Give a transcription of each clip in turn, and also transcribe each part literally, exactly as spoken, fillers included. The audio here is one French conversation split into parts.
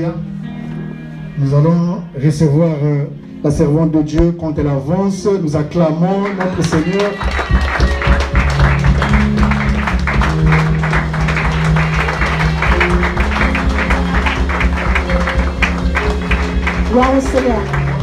Alléluia. Nous allons recevoir euh, la servante de Dieu quand elle avance. Nous acclamons notre Seigneur. Gloire au Seigneur.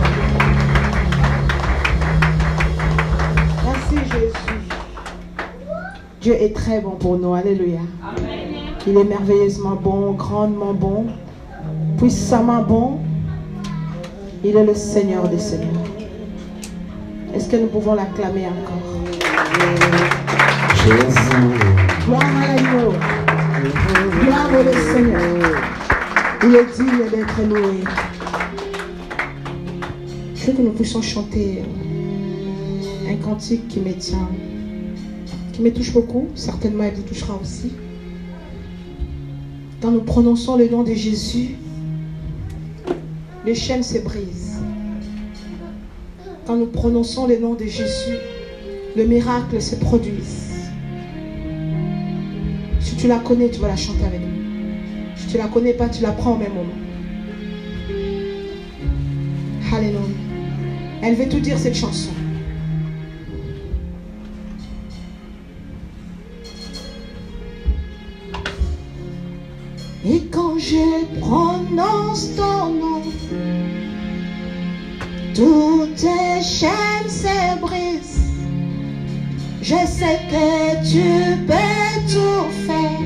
Merci Jésus. Dieu est très bon pour nous. Alléluia. Il est merveilleusement bon, grandement bon, puissamment bon. Il est le Seigneur des Seigneurs. Est-ce que nous pouvons l'acclamer encore? Jésus. Gloire à l'agneau. Gloire au Seigneur. Il est digne d'être loué. Je veux que nous puissions chanter un cantique qui me tient, qui me touche beaucoup. Certainement, il vous touchera aussi. Quand nous prononçons le nom de Jésus, les chaînes se brisent. Quand nous prononçons le nom de Jésus, le miracle se produit. Si tu la connais, tu vas la chanter avec nous. Si tu ne la connais pas, tu la prends au même moment. Alléluia. Elle veut tout dire, cette chanson. Et quand je prononce ton nom, toutes les chaînes se brisent. Je sais que tu peux tout faire.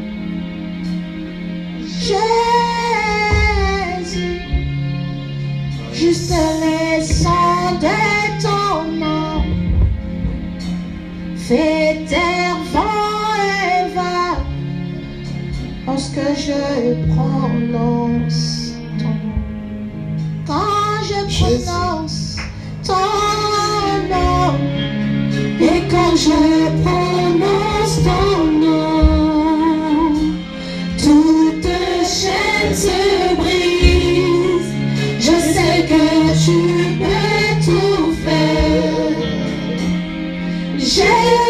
Jésus, juste les sons de ton nom fait taire vent et vague. Lorsque je prononce ton nom, quand je prononce ton nom, et quand je prononce ton nom, toutes chaînes se brisent. Je sais que tu peux tout faire. Jésus,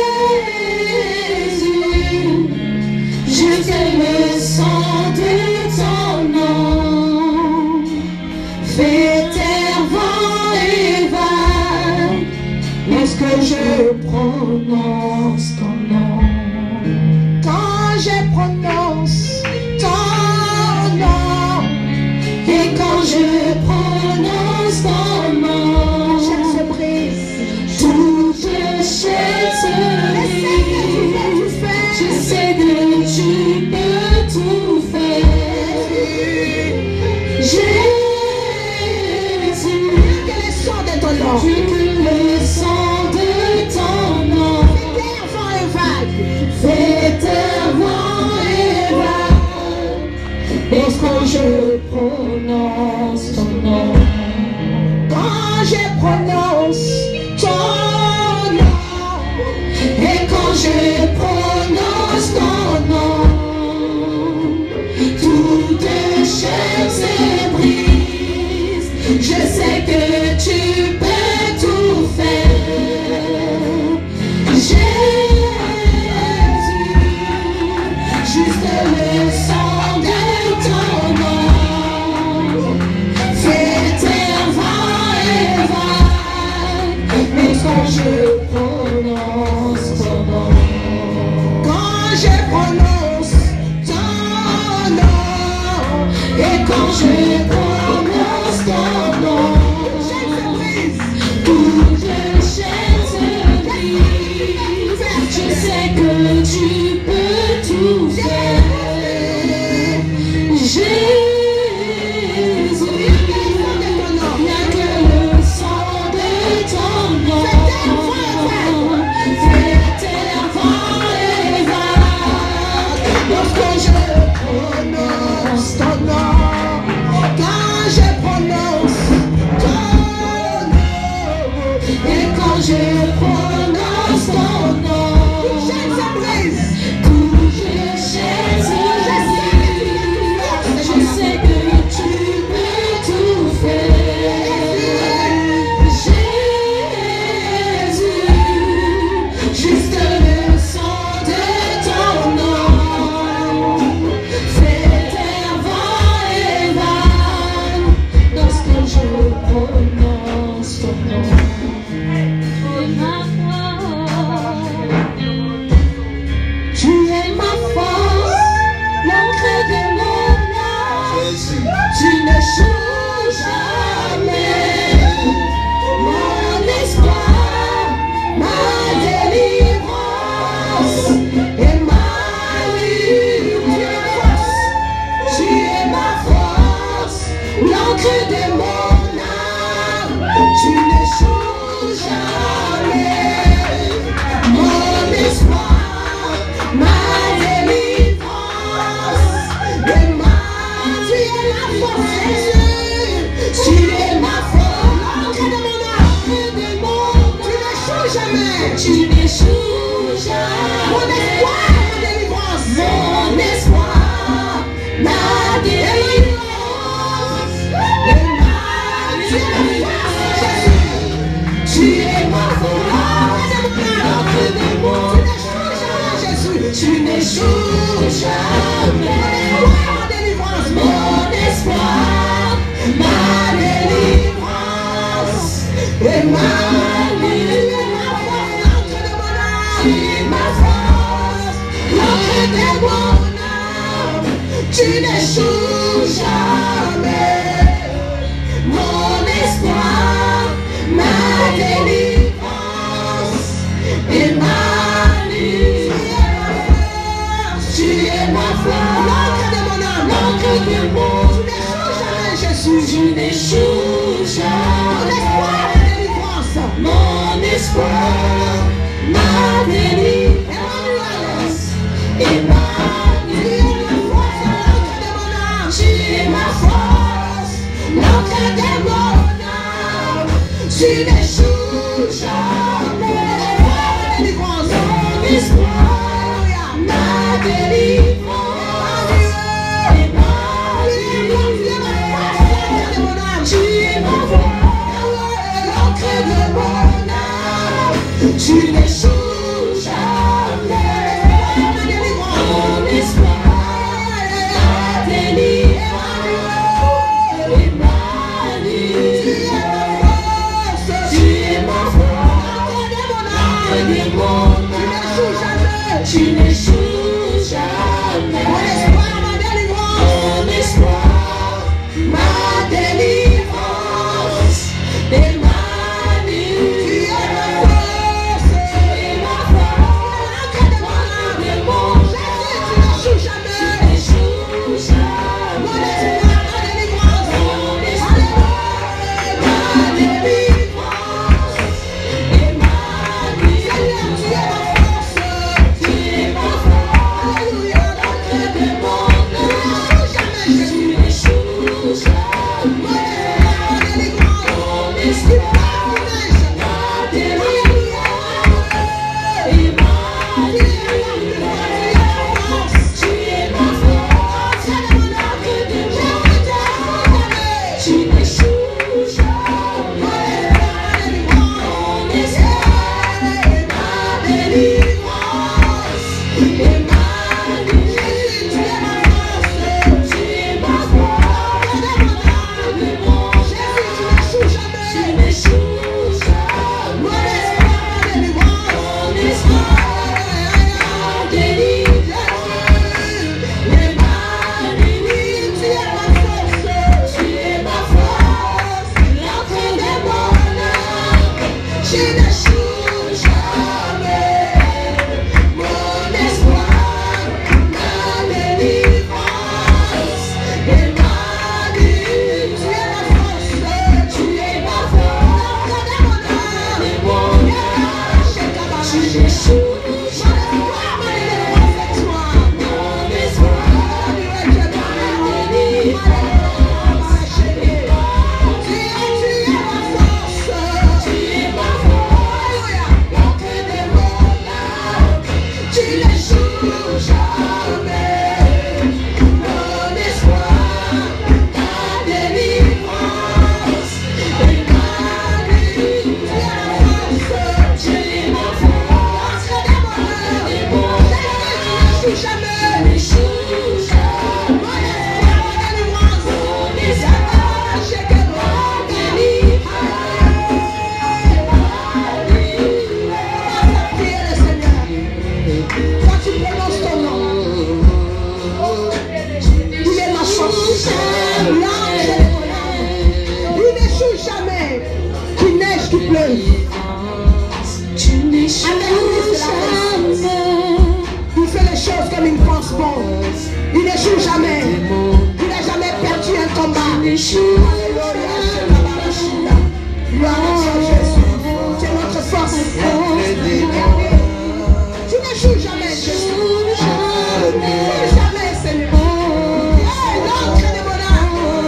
je sais le son de ton nom fait taire vent et vague. Lorsque je prononce ton nom, quand je prononce ton nom, et quand je prononce ton nom, chaînes se brisent, toutes les chaînes se brisent. Je sais que tu peux tout faire. Jésus, que le son de ton nom, que le son de ton nom fait taire vent et vague. Lorsque je prononce ton nom, quand je prononce ton nom, et quand je prononce ton nom, toutes les chaînes se brisent. Je sais que tu peux tout faire. Jésus, juste le son de ton nom fait taire vent et vague. Mais quand je prononce ton nom, quand je prononce ton nom, et quand je prononce ton nom, toutes les chaînes se brisent. Je sais que tu peux tout faire. Jésus, il n'y a que le son de ton nom fait taire vent et vague. Lorsque je prononce ton nom, quand Jamais, Seigneur. L'encre de mon âme.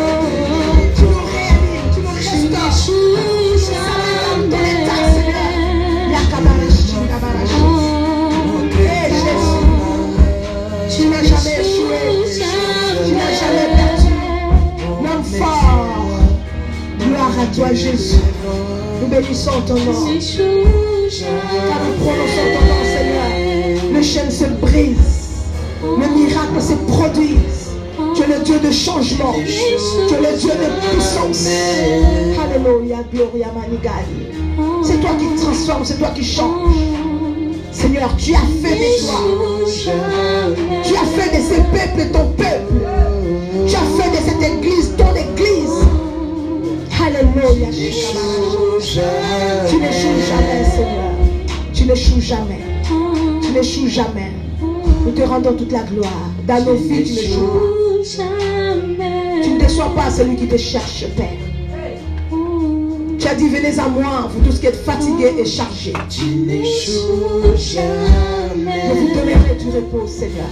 à toi, Jésus. Nous bénissons ton nom. Car nous prononçons ton nom, Seigneur. Le chaîne se brise. Le miracle se produit. Tu es le Dieu de changement. Tu es le Dieu de puissance. Alléluia, Gloria Manigali. C'est toi qui transformes, c'est toi qui changes. Seigneur, tu as fait de toi. Tu as fait de ces peuples ton peuple. Tu as fait de cette église ton église. Alléluia. Tu n'échoues jamais, Seigneur. Tu n'échoues jamais. Tu n'échoues jamais. Nous te rendons toute la gloire. Dans nos vies, tu n'échoues pas. Tu ne déçois pas celui qui te cherche, Père. Tu as dit, venez à moi, vous tous qui êtes fatigués et chargés. Je vous donnerai du repos, Seigneur.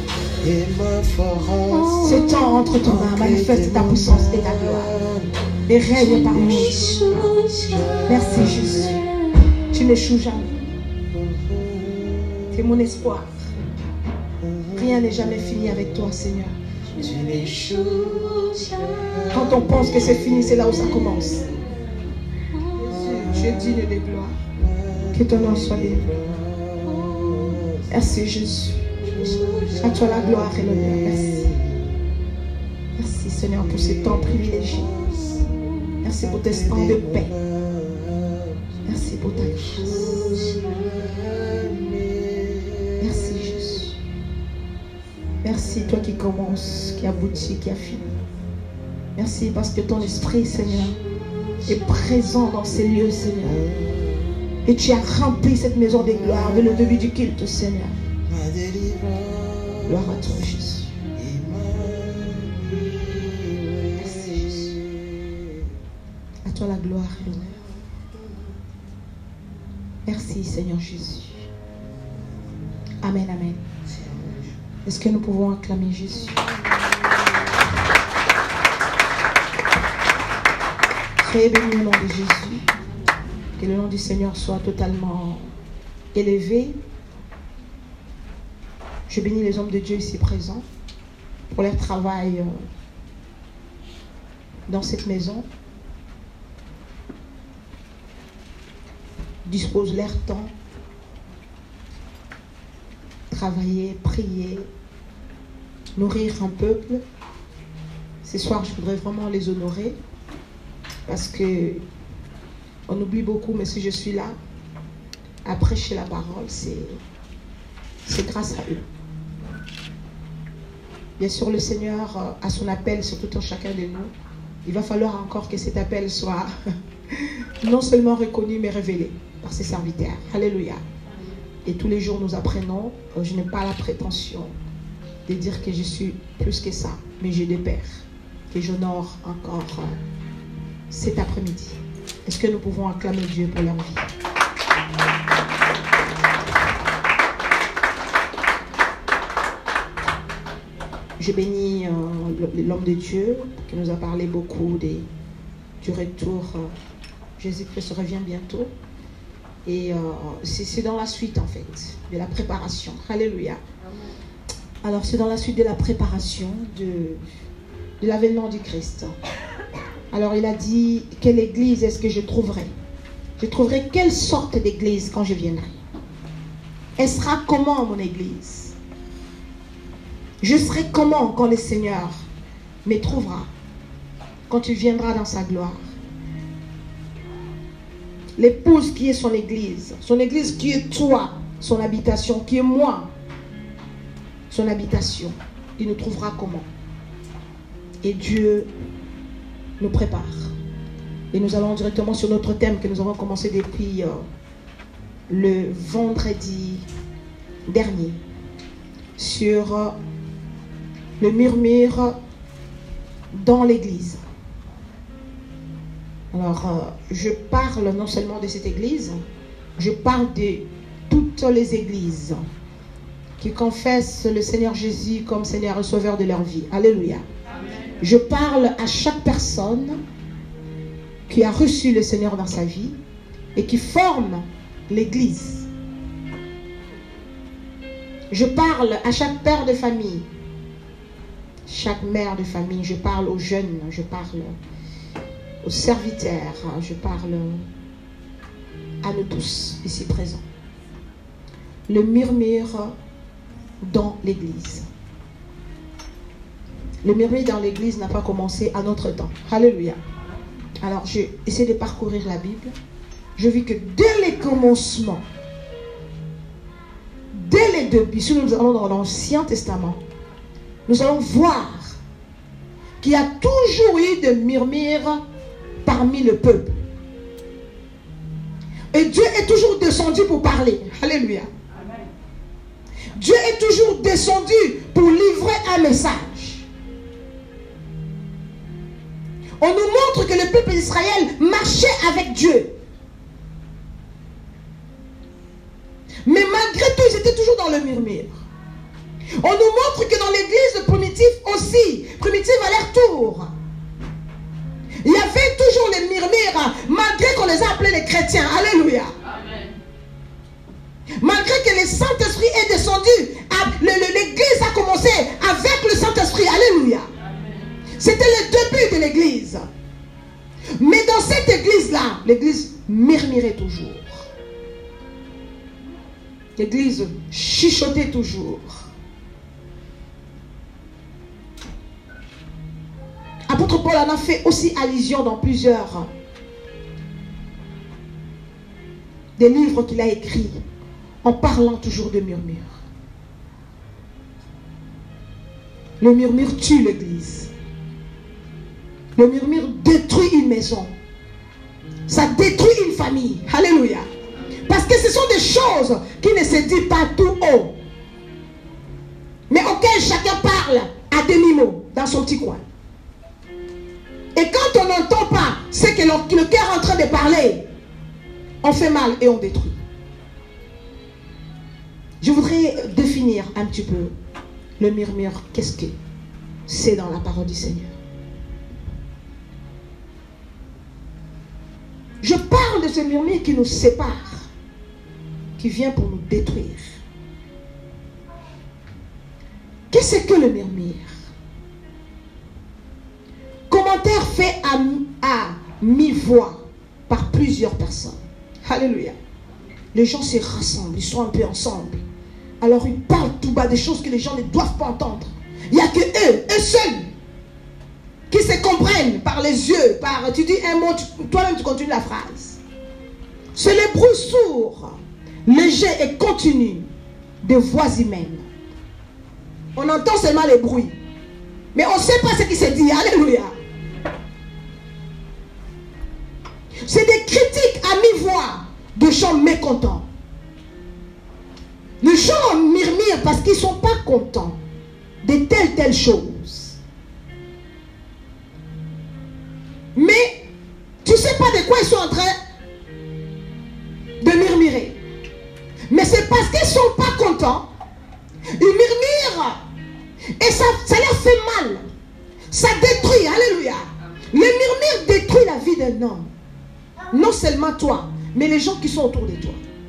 C'est temps entre ton mains, manifeste ta puissance et ta gloire. Et règne parmi nous. Merci Jésus. Tu n'échoues jamais. Tu es mon espoir. Rien n'est jamais fini avec toi, Seigneur. Quand on pense que c'est fini, c'est là où ça commence. Tu es digne de gloire. Que ton nom soit béni. Merci Jésus. À toi la gloire et l'honneur. Merci. Merci Seigneur pour ce temps privilégié. Merci pour tes temps de paix. Merci pour ta grâce. Merci Jésus. Merci toi qui commences, qui aboutit, qui a fini. Merci parce que ton esprit, Seigneur, est présent dans ces lieux, Seigneur. Et tu as rempli cette maison de gloire dès le début du culte, Seigneur. Gloire à toi, Jésus. Merci, Jésus. À toi la gloire et l'honneur. Merci, Seigneur Jésus. Amen, amen. Est-ce que nous pouvons acclamer Jésus? Soyez bénis au nom de Jésus. Que le nom du Seigneur soit totalement élevé. Je bénis les hommes de Dieu ici présents pour leur travail dans cette maison. Dispose leur temps. Travailler, prier, nourrir un peuple. Ce soir, je voudrais vraiment les honorer parce que on oublie beaucoup, mais si je suis là à prêcher la parole, c'est c'est grâce à eux. Bien sûr, le Seigneur a son appel sur tout un chacun de nous. Il va falloir encore que cet appel soit non seulement reconnu, mais révélé par ses serviteurs. Alléluia. Et tous les jours, nous apprenons. Je n'ai pas la prétention de dire que je suis plus que ça, mais j'ai des pères que j'honore encore cet après-midi. Est-ce que nous pouvons acclamer Dieu pour leur vie? Je bénis euh, l'homme de Dieu qui nous a parlé beaucoup des, du retour. Euh, Jésus-Christ revient bientôt. Et euh, c'est dans la suite en fait, de la préparation. Alléluia. Alors c'est dans la suite de la préparation de, de l'avènement du Christ. Alors il a dit, quelle église est-ce que je trouverai? Je trouverai quelle sorte d'église quand je viendrai? Elle sera comment mon église? Je serai comment quand le Seigneur me trouvera? Quand il viendra dans sa gloire? L'épouse qui est son église, son église qui est toi, son habitation, qui est moi, son habitation, il nous trouvera comment? Et Dieu nous prépare. Et nous allons directement sur notre thème que nous avons commencé depuis euh, le vendredi dernier, sur euh, le murmure dans l'église. Alors, euh, je parle non seulement de cette église, je parle de toutes les églises qui confessent le Seigneur Jésus comme Seigneur et Sauveur de leur vie. Alléluia. Amen. Je parle à chaque personne qui a reçu le Seigneur dans sa vie et qui forme l'église. Je parle à chaque père de famille, chaque mère de famille, je parle aux jeunes, je parle aux serviteurs, je parle à nous tous ici présents. Le murmure dans l'église. Le murmure dans l'église n'a pas commencé à notre temps. Alléluia. Alors, j'ai essayé de parcourir la Bible. Je vis que dès les commencements, dès les débuts, si nous allons dans l'Ancien Testament, nous allons voir qu'il y a toujours eu des murmures parmi le peuple. Et Dieu est toujours descendu pour parler. Alléluia. Amen. Dieu est toujours descendu pour livrer un message. On nous montre que le peuple d'Israël marchait avec Dieu. Mais malgré tout, ils étaient toujours dans le murmure. On nous montre que dans l'église primitive aussi, primitive à leur tour, il y avait toujours les murmures, malgré qu'on les a appelés les chrétiens. Alléluia. Amen. Malgré que le Saint-Esprit est descendu, l'église a commencé avec le Saint-Esprit. Alléluia. C'était le début de l'église. Mais dans cette église-là, l'église murmurait toujours. L'église chuchotait toujours. Apôtre Paul en a fait aussi allusion dans plusieurs des livres qu'il a écrits en parlant toujours de murmure. Le murmure tue l'église. Le murmure détruit une maison. Ça détruit une famille. Alléluia. Parce que ce sont des choses qui ne se disent pas tout haut, mais auxquelles chacun parle à demi-mot dans son petit coin. Et quand on n'entend pas ce que le, le cœur est en train de parler, on fait mal et on détruit. Je voudrais définir un petit peu le murmure. Qu'est-ce que c'est dans la parole du Seigneur? Je parle de ce murmure qui nous sépare, qui vient pour nous détruire. Qu'est-ce que le murmure? Commentaire fait à, à mi-voix par plusieurs personnes. Alléluia. Les gens se rassemblent, ils sont un peu ensemble. Alors ils parlent tout bas des choses que les gens ne doivent pas entendre. Il n'y a que eux, eux seuls, qui se comprennent par les yeux, par, tu dis un mot, toi-même tu continues la phrase. C'est le bruit sourd, léger et continu de voix humaines. On entend seulement les bruits, mais on ne sait pas ce qui se dit. Alléluia. C'est des critiques à mi-voix de gens mécontents. Les gens murmurent parce qu'ils ne sont pas contents de telle telle chose. Mais tu ne sais pas de quoi ils sont en train de murmurer. Mais c'est parce qu'ils ne sont pas contents. Ils murmurent. Et ça, ça leur fait mal. Ça détruit. Alléluia. Le murmure détruit la vie d'un homme. Non seulement toi, mais les gens qui sont autour de toi.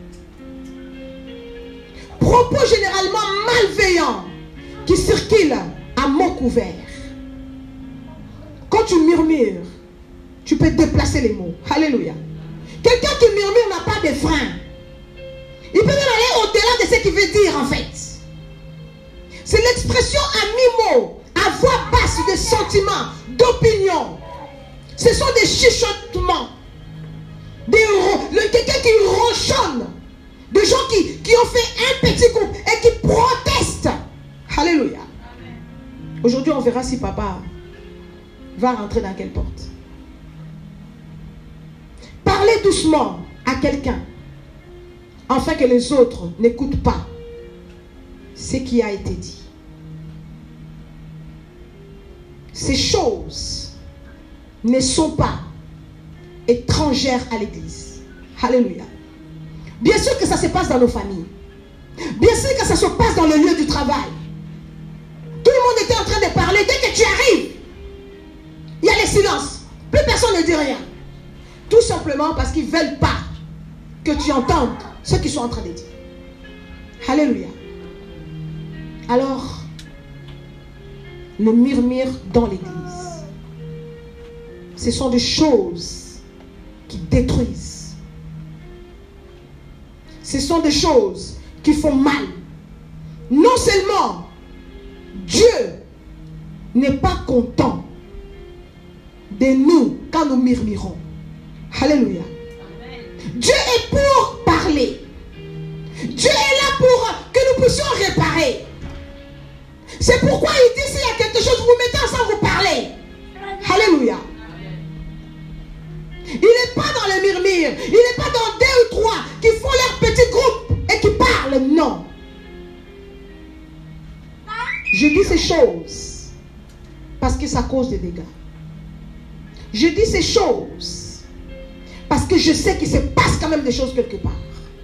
Propos généralement malveillants qui circulent à mots couverts. Quand tu murmures, tu peux déplacer les mots. Alléluia. Quelqu'un qui murmure n'a pas de frein. Il peut même aller au-delà de ce qu'il veut dire en fait. C'est l'expression à mi-mot, à voix basse de sentiments, d'opinions. Ce sont des chuchotements. Quelqu'un qui ronchonne. Des gens qui, qui ont fait un petit groupe et qui protestent. Alléluia. Aujourd'hui, on verra si papa va rentrer dans quelle porte. Parlez doucement à quelqu'un afin que les autres n'écoutent pas ce qui a été dit. Ces choses ne sont pas étrangères à l'église. Alléluia. Bien sûr que ça se passe dans nos familles. Bien sûr que ça se passe dans le lieu du travail. Tout le monde était en train de parler. Dès que tu arrives, il y a le silence. Plus personne ne dit rien. Tout simplement parce qu'ils ne veulent pas que tu entendes ce qu'ils sont en train de dire. Alléluia. Alors, le murmure dans l'église. ce sont des choses qui détruisent. Ce sont des choses qui font mal. Non seulement Dieu n'est pas content de nous quand nous murmurons. Alléluia. Dieu est pour parler. Dieu est là pour que nous puissions réparer. C'est pourquoi il dit s'il y a quelque chose, vous vous mettez ensemble, vous parlez. Alléluia. Il n'est pas dans le murmure. Il n'est pas dans deux ou trois qui font leur petit groupe et qui parlent. Non. Je dis ces choses parce que ça cause des dégâts. Je dis ces choses parce que je sais qu'il se passe quand même des choses quelque part.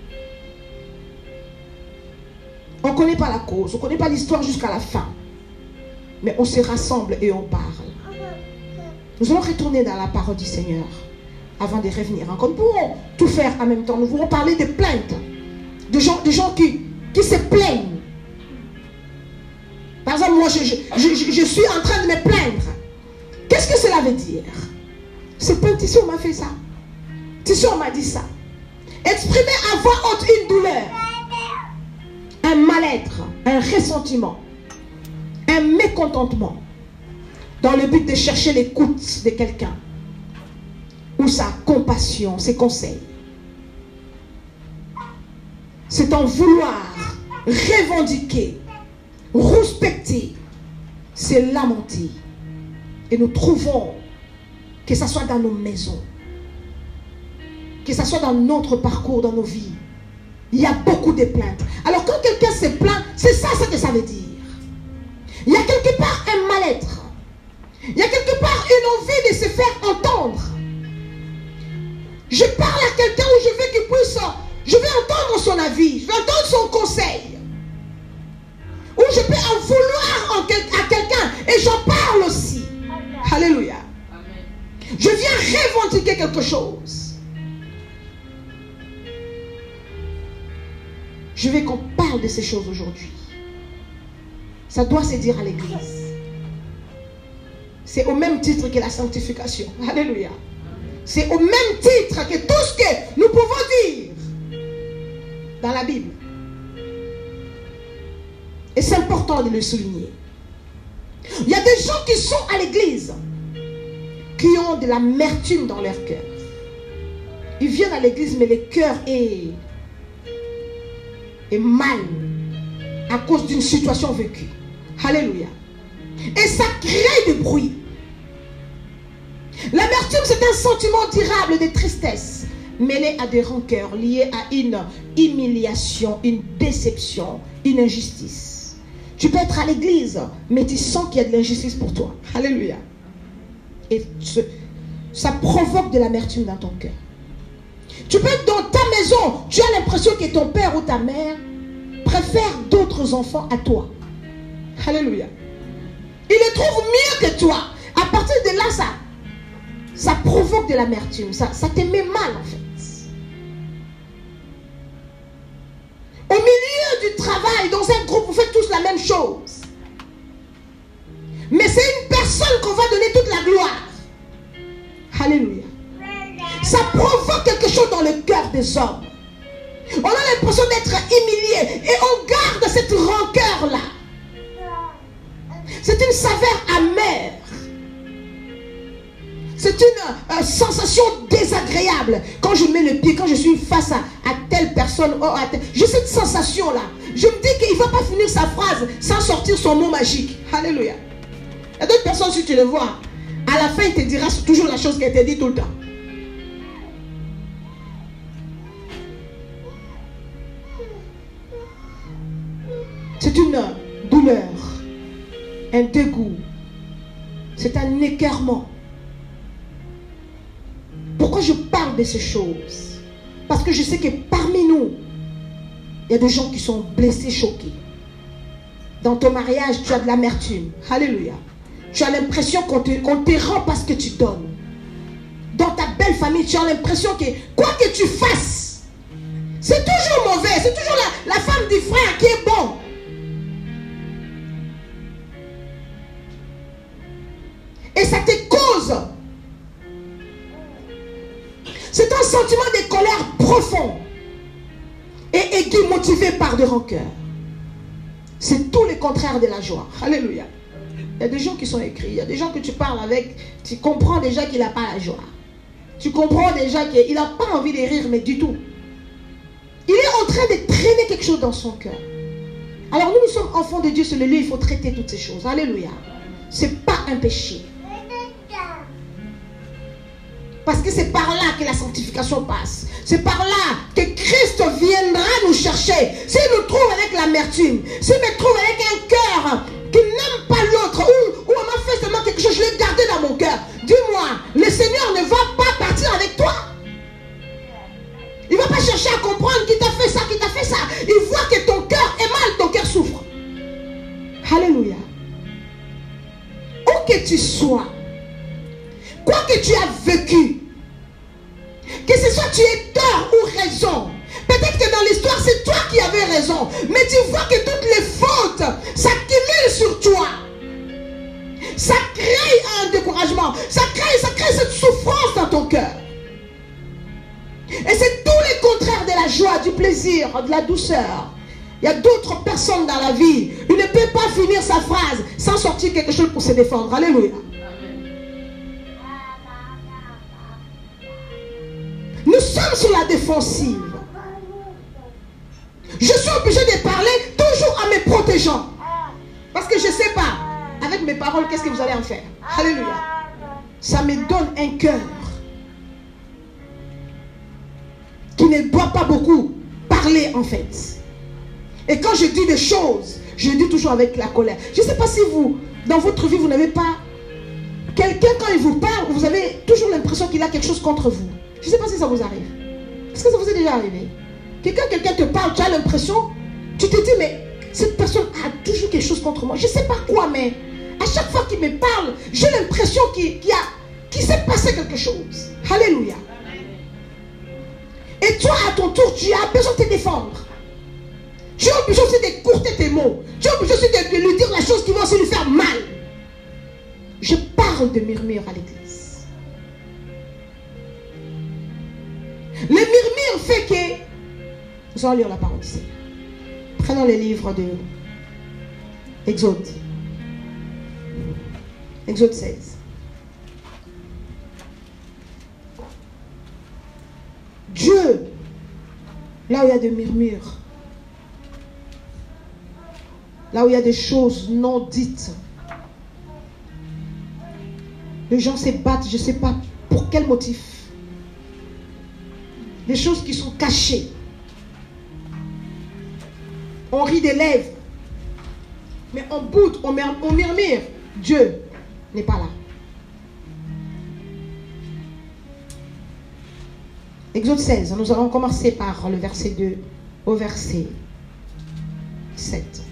On ne connaît pas la cause, on ne connaît pas l'histoire jusqu'à la fin. Mais on se rassemble et on parle. Nous allons retourner dans la parole du Seigneur avant de revenir encore. Nous pourrons tout faire en même temps. Nous pourrons parler de plaintes. De gens, de gens qui, qui se plaignent. Par exemple, moi, je, je, je, je suis en train de me plaindre. Qu'est-ce que cela veut dire? C'est pas Tissu m'a fait ça. Tissu m'a dit ça. Exprimer à voix haute une douleur, un mal-être, un ressentiment, un mécontentement, dans le but de chercher l'écoute de quelqu'un, ou sa compassion, ses conseils. C'est en vouloir revendiquer, respecter, c'est lamenter. Et nous trouvons que ce soit dans nos maisons, que ce soit dans notre parcours, dans nos vies, il y a beaucoup de plaintes. Alors quand quelqu'un se plaint, c'est ça ce que ça veut dire. Il y a quelque part un mal-être. Il y a quelque part une envie de se faire entendre. Je parle à quelqu'un où je veux qu'il puisse, je veux entendre son avis, je veux entendre son conseil. Ou je peux en vouloir à quelqu'un et j'en parle aussi. Alléluia. Amen. Je viens revendiquer quelque chose. Je veux qu'on parle de ces choses aujourd'hui. Ça doit se dire à l'église. C'est au même titre que la sanctification. Alléluia. C'est au même titre que tout ce que nous pouvons dire dans la Bible. Et c'est important de le souligner. Il y a des gens qui sont à l'église qui ont de l'amertume dans leur cœur. Ils viennent à l'église mais le cœur est, est mal à cause d'une situation vécue. Alléluia. Et ça crée du bruit. L'amertume, c'est un sentiment durable de tristesse mêlé à des rancœurs liées à une humiliation, une déception, une injustice. Tu peux être à l'église, mais tu sens qu'il y a de l'injustice pour toi. Alléluia. Et ce, ça provoque de l'amertume dans ton cœur. Tu peux être dans ta maison, tu as l'impression que ton père ou ta mère préfère d'autres enfants à toi. Alléluia. Il les trouve mieux que toi. À partir de là, ça, ça provoque de l'amertume. Ça, ça te met mal en fait. Au milieu du travail, dans un groupe, vous faites tous la même chose. Mais c'est une personne qu'on va donner toute la gloire. Alléluia. Ça provoque quelque chose dans le cœur des hommes. On a l'impression d'être humilié et on garde cette rancœur-là. C'est une saveur amère. C'est une euh, sensation désagréable. Quand je mets le pied, quand je suis face à, à telle personne, oh, à telle... j'ai cette sensation-là. Je me dis qu'il ne va pas finir sa phrase sans sortir son mot magique. Alléluia. Il y a d'autres personnes, si tu le vois, à la fin, il te dira toujours la chose qu'elle te dit tout le temps. C'est une douleur, un dégoût, c'est un écœurement. Pourquoi je parle de ces choses? Parce que je sais que parmi nous, il y a des gens qui sont blessés, choqués. Dans ton mariage, tu as de l'amertume. Alléluia. Tu as l'impression qu'on te, qu'on te rend parce que tu donnes. Dans ta belle famille, tu as l'impression que quoi que tu fasses, c'est toujours mauvais. C'est toujours la, la femme du frère qui est bon. Et ça te cause C'est un sentiment de colère profond et aigu, motivé par de rancœur. C'est tout le contraire de la joie. Alléluia. Il y a des gens qui sont écrits. Il y a des gens que tu parles avec. Tu comprends déjà qu'il n'a pas la joie. Tu comprends déjà qu'il n'a pas envie de rire, mais du tout. Il est en train de traîner quelque chose dans son cœur. Alors nous, nous sommes enfants de Dieu sur le lieu. Il faut traiter toutes ces choses. Alléluia. Ce n'est pas un péché. Parce que c'est par là que la sanctification passe. C'est par là que Christ viendra nous chercher. S'il nous trouve avec l'amertume, s'il me trouve avec un cœur qui n'aime pas l'autre, ou, ou on m'a fait seulement quelque chose, je l'ai gardé dans mon cœur. Dis-moi, le Seigneur ne va pas partir avec toi. Il ne va pas chercher à comprendre qui t'a fait ça, qui t'a fait ça. Il voit que ton cœur est mal, ton cœur souffre. Alléluia. Où que tu sois, quoi que tu as vécu, que ce soit tu aies tort ou raison, peut-être que dans l'histoire c'est toi qui avais raison, mais tu vois que toutes les fautes s'accumulent sur toi. Ça crée un découragement, ça crée, ça crée cette souffrance dans ton cœur. Et c'est tout le contraire de la joie, du plaisir, de la douceur. Il y a d'autres personnes dans la vie, il ne peut pas finir sa phrase sans sortir quelque chose pour se défendre. Alléluia. Nous sommes sur la défensive. Je suis obligé de parler toujours en me protégeant. Parce que je ne sais pas, avec mes paroles, qu'est-ce que vous allez en faire. Alléluia. Ça me donne un cœur qui ne doit pas beaucoup parler en fait. Et quand je dis des choses, je dis toujours avec la colère. Je ne sais pas si vous, dans votre vie, vous n'avez pas... Quelqu'un, quand il vous parle, vous avez toujours l'impression qu'il a quelque chose contre vous. Je ne sais pas si ça vous arrive. Est-ce que ça vous est déjà arrivé? Quelqu'un, quelqu'un te parle, tu as l'impression, tu te dis, mais cette personne a toujours quelque chose contre moi. Je ne sais pas quoi, mais à chaque fois qu'il me parle, j'ai l'impression qu'il qu'il qu'il s'est passé quelque chose. Alléluia. Et toi, à ton tour, tu as besoin de te défendre. Tu es obligé aussi d'écourter tes mots. Tu es obligé aussi de, de lui dire la chose qui va aussi lui faire mal. Je parle de murmure à l'église. Le murmure fait que... Nous allons lire la parole ici. Prenons les livres de Exode. Exode seize. Dieu, là où il y a des murmures, là où il y a des choses non dites, les gens se battent, je ne sais pas pour quel motif. Les choses qui sont cachées. On rit des lèvres, mais on boude, on murmure. Dieu n'est pas là. Exode seize, nous allons commencer par le verset deux au verset sept.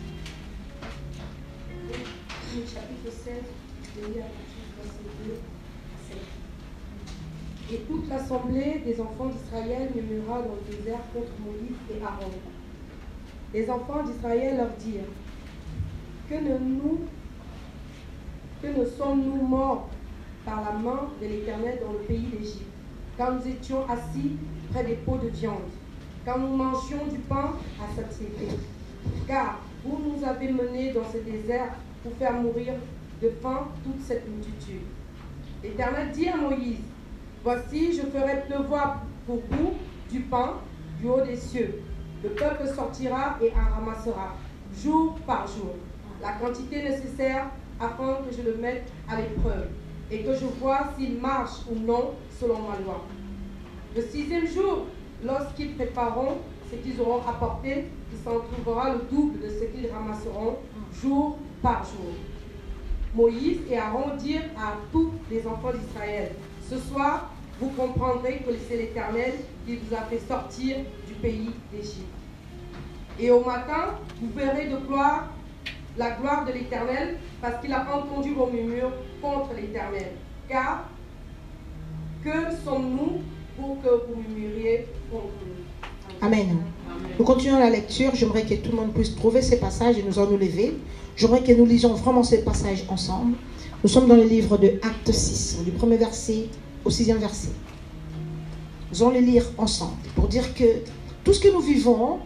Chapitre seize, je lis à partir du verset deux à sept. Et toute l'assemblée des enfants d'Israël murmura dans le désert contre Moïse et Aaron. Les enfants d'Israël leur dirent: Que ne nous, que ne sommes-nous morts par la main de l'Éternel dans le pays d'Égypte, quand nous étions assis près des pots de viande, quand nous mangions du pain à satiété. Car vous nous avez menés dans ce désert pour faire mourir de faim toute cette multitude. L'Éternel dit à Moïse: Voici, je ferai pleuvoir pour vous du pain du haut des cieux. Le peuple sortira et en ramassera, jour par jour, la quantité nécessaire afin que je le mette à l'épreuve et que je vois s'il marche ou non selon ma loi. Le sixième jour, lorsqu'ils prépareront ce qu'ils auront apporté, il s'en trouvera le double de ce qu'ils ramasseront jour par jour. Moïse et Aaron dirent à tous les enfants d'Israël: Ce soir, vous comprendrez que c'est l'Éternel qui vous a fait sortir du pays d'Égypte. Et au matin, vous verrez de gloire, la gloire de l'Éternel, parce qu'il a entendu vos murmures contre l'Éternel. Car que sommes-nous pour que vous murmuriez contre nous? Amen. Amen. Nous continuons la lecture. J'aimerais que tout le monde puisse trouver ces passages et nous en nous lever. J'aimerais que nous lisions vraiment ces passages ensemble. Nous sommes dans le livre de Acte six, du premier verset au sixième verset. Nous allons les lire ensemble pour dire que tout ce que nous vivons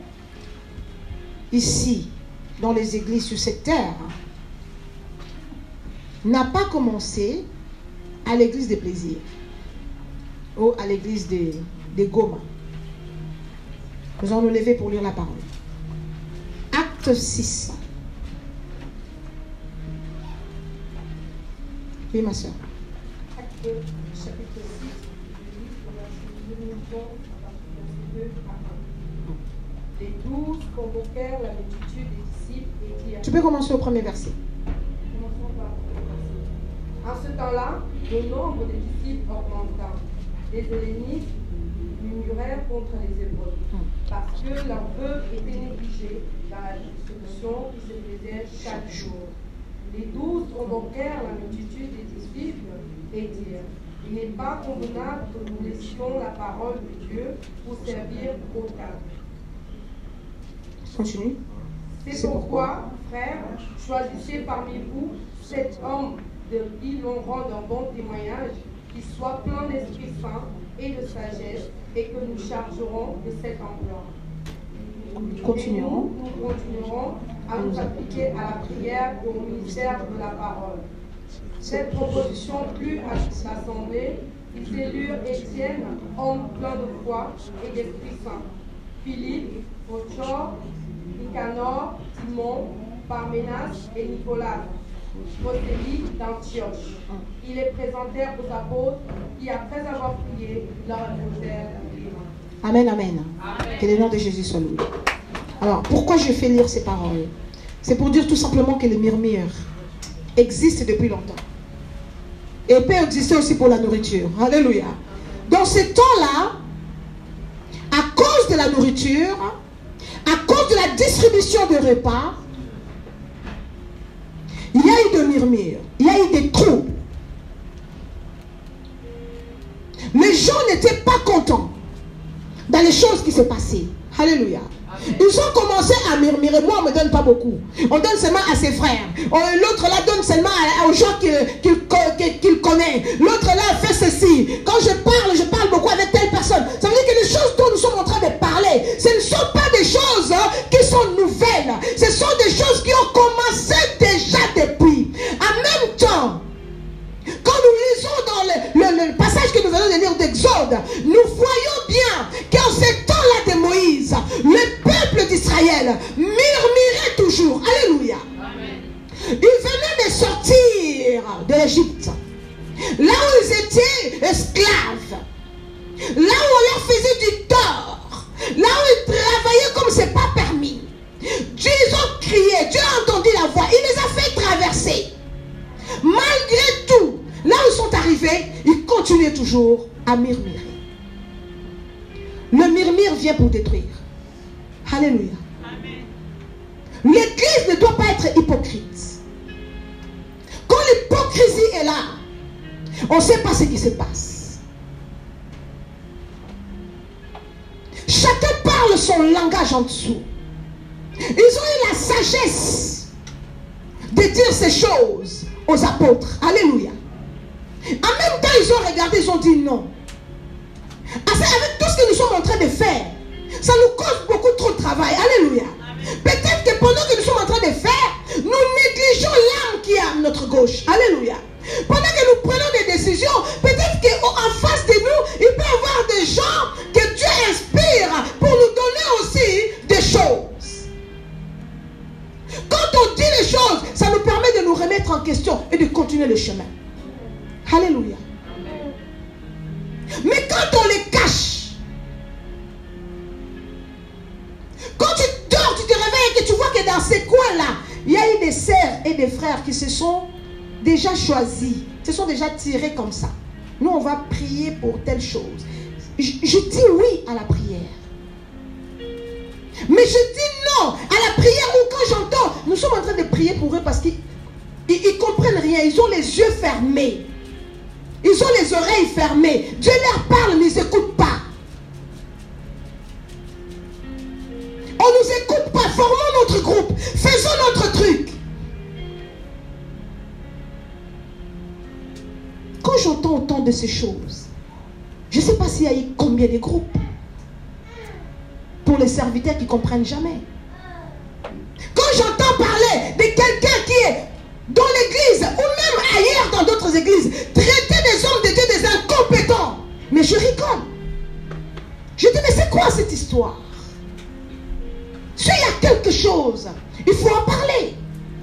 ici, dans les églises sur cette terre, n'a pas commencé à l'église des plaisirs ou à l'église des, des Goma. Nous allons nous lever pour lire la parole. Acte six. Oui, ma soeur. Acte chapitre six, du livre, verset deux, verset deux à un. Les douze convoquèrent la multitude des disciples et dirent. Tu peux commencer au premier verset. Commençons par le premier verset. En ce temps-là, le nombre des disciples augmenta. Les hellénistes murmurèrent contre les Hébreux, parce que leur vœu était négligé dans la distribution qui se faisait chaque jour. Les douze convoquèrent la multitude des disciples et dirent: il n'est pas convenable que nous laissions la parole de Dieu pour servir au table. Continue. C'est pourquoi, frères, choisissez parmi vous sept hommes de qui l'on rend un bon témoignage, qui soit plein d'Esprit Saint et de sagesse, et que nous chargerons de cet emploi. Continuerons. Et nous, nous continuerons à nous appliquer à la prière et au ministère de la parole. Cette proposition plut à toute l'assemblée. Ils élurent Étienne, homme plein de foi et d'Esprit Saint, Philippe, Prochor, Nicanor, Timon, Parménas et Nicolas, prosélytes d'Antioche. Ils les présentèrent aux apôtres qui, après avoir prié, leur imposèrent les mains. Amen, amen, amen. Que le nom de Jésus soit loué. Alors, pourquoi je fais lire ces paroles? C'est pour dire tout simplement que le murmure existe depuis longtemps. Et peut exister aussi pour la nourriture. Alléluia. Dans ce temps-là, à cause de la nourriture, à cause de la distribution de repas, il y a eu des murmures, il y a eu des troubles. Les gens n'étaient pas contents dans les choses qui se passaient. Alléluia. Amen. Ils ont commencé à murmurer. Moi, on ne me donne pas beaucoup. On donne seulement à ses frères. L'autre là donne seulement aux gens qu'il qu'il, qu'il connaît. L'autre là fait ceci. Quand je parle, je parle beaucoup avec telle personne. Ça veut dire que les choses dont nous sommes en train de parler, ce ne sont pas des choses hein, qui sont nouvelles. Ce sont des choses qui ont commencé déjà depuis. En même temps, quand nous lisons dans le, le, le passage que nous venons de lire d'Exode, nous voyons bien qu'en ce temps-là de Moïse, le peuple d'Israël murmurait toujours. Alléluia. Amen. Ils venaient de sortir de l'Égypte, là où ils étaient esclaves, là où on leur faisait du tort, là où ils travaillaient comme ce n'est pas permis. Dieu, ils ont crié, Dieu a entendu la voix, il les a fait traverser. Malgré tout, là où ils sont arrivés, ils continuaient toujours à murmurer. Le murmure vient pour détruire. Alléluia. L'église ne doit pas être hypocrite. Quand l'hypocrisie est là, on ne sait pas ce qui se passe. Chacun parle son langage en dessous. Ils ont eu la sagesse de dire ces choses aux apôtres. Alléluia. En même temps, ils ont regardé, ils ont dit non. Avec tout ce que nous sommes en train de faire, ça nous cause beaucoup trop de travail. Alléluia. Peut-être que pendant que nous sommes en train de faire, nous négligeons l'âme qui est à notre gauche. Alléluia. Pendant que nous prenons des décisions, peut-être qu'en face de nous, il peut y avoir des gens que Dieu inspire pour nous donner aussi des choses. Quand on dit les choses, ça nous permet de nous remettre en question et de continuer le chemin. Alléluia. Mais quand on les cache, quand tu dors, tu te réveilles et que tu vois que dans ces coins-là, il y a eu des sœurs et des frères qui se sont déjà choisis, se sont déjà tirés comme ça. Nous, on va prier pour telle chose. Je, je dis oui à la prière. Mais je dis non à la prière où quand j'entends, nous sommes en train de prier pour eux parce qu'ils ne comprennent rien. Ils ont les yeux fermés. Ils ont les oreilles fermées. Dieu leur parle, mais ils n'écoutent pas. On ne nous écoute pas. Formons notre groupe. Faisons notre truc. Quand j'entends autant de ces choses, Je ne sais pas s'il y a eu combien de groupes pour les serviteurs qui ne comprennent jamais. Quand j'entends parler de quelqu'un qui est dans l'église ou même ailleurs dans d'autres églises, traiter des hommes de Dieu des incompétents, mais je rigole. Je dis, mais c'est quoi cette histoire? S'il y a quelque chose, il faut en parler.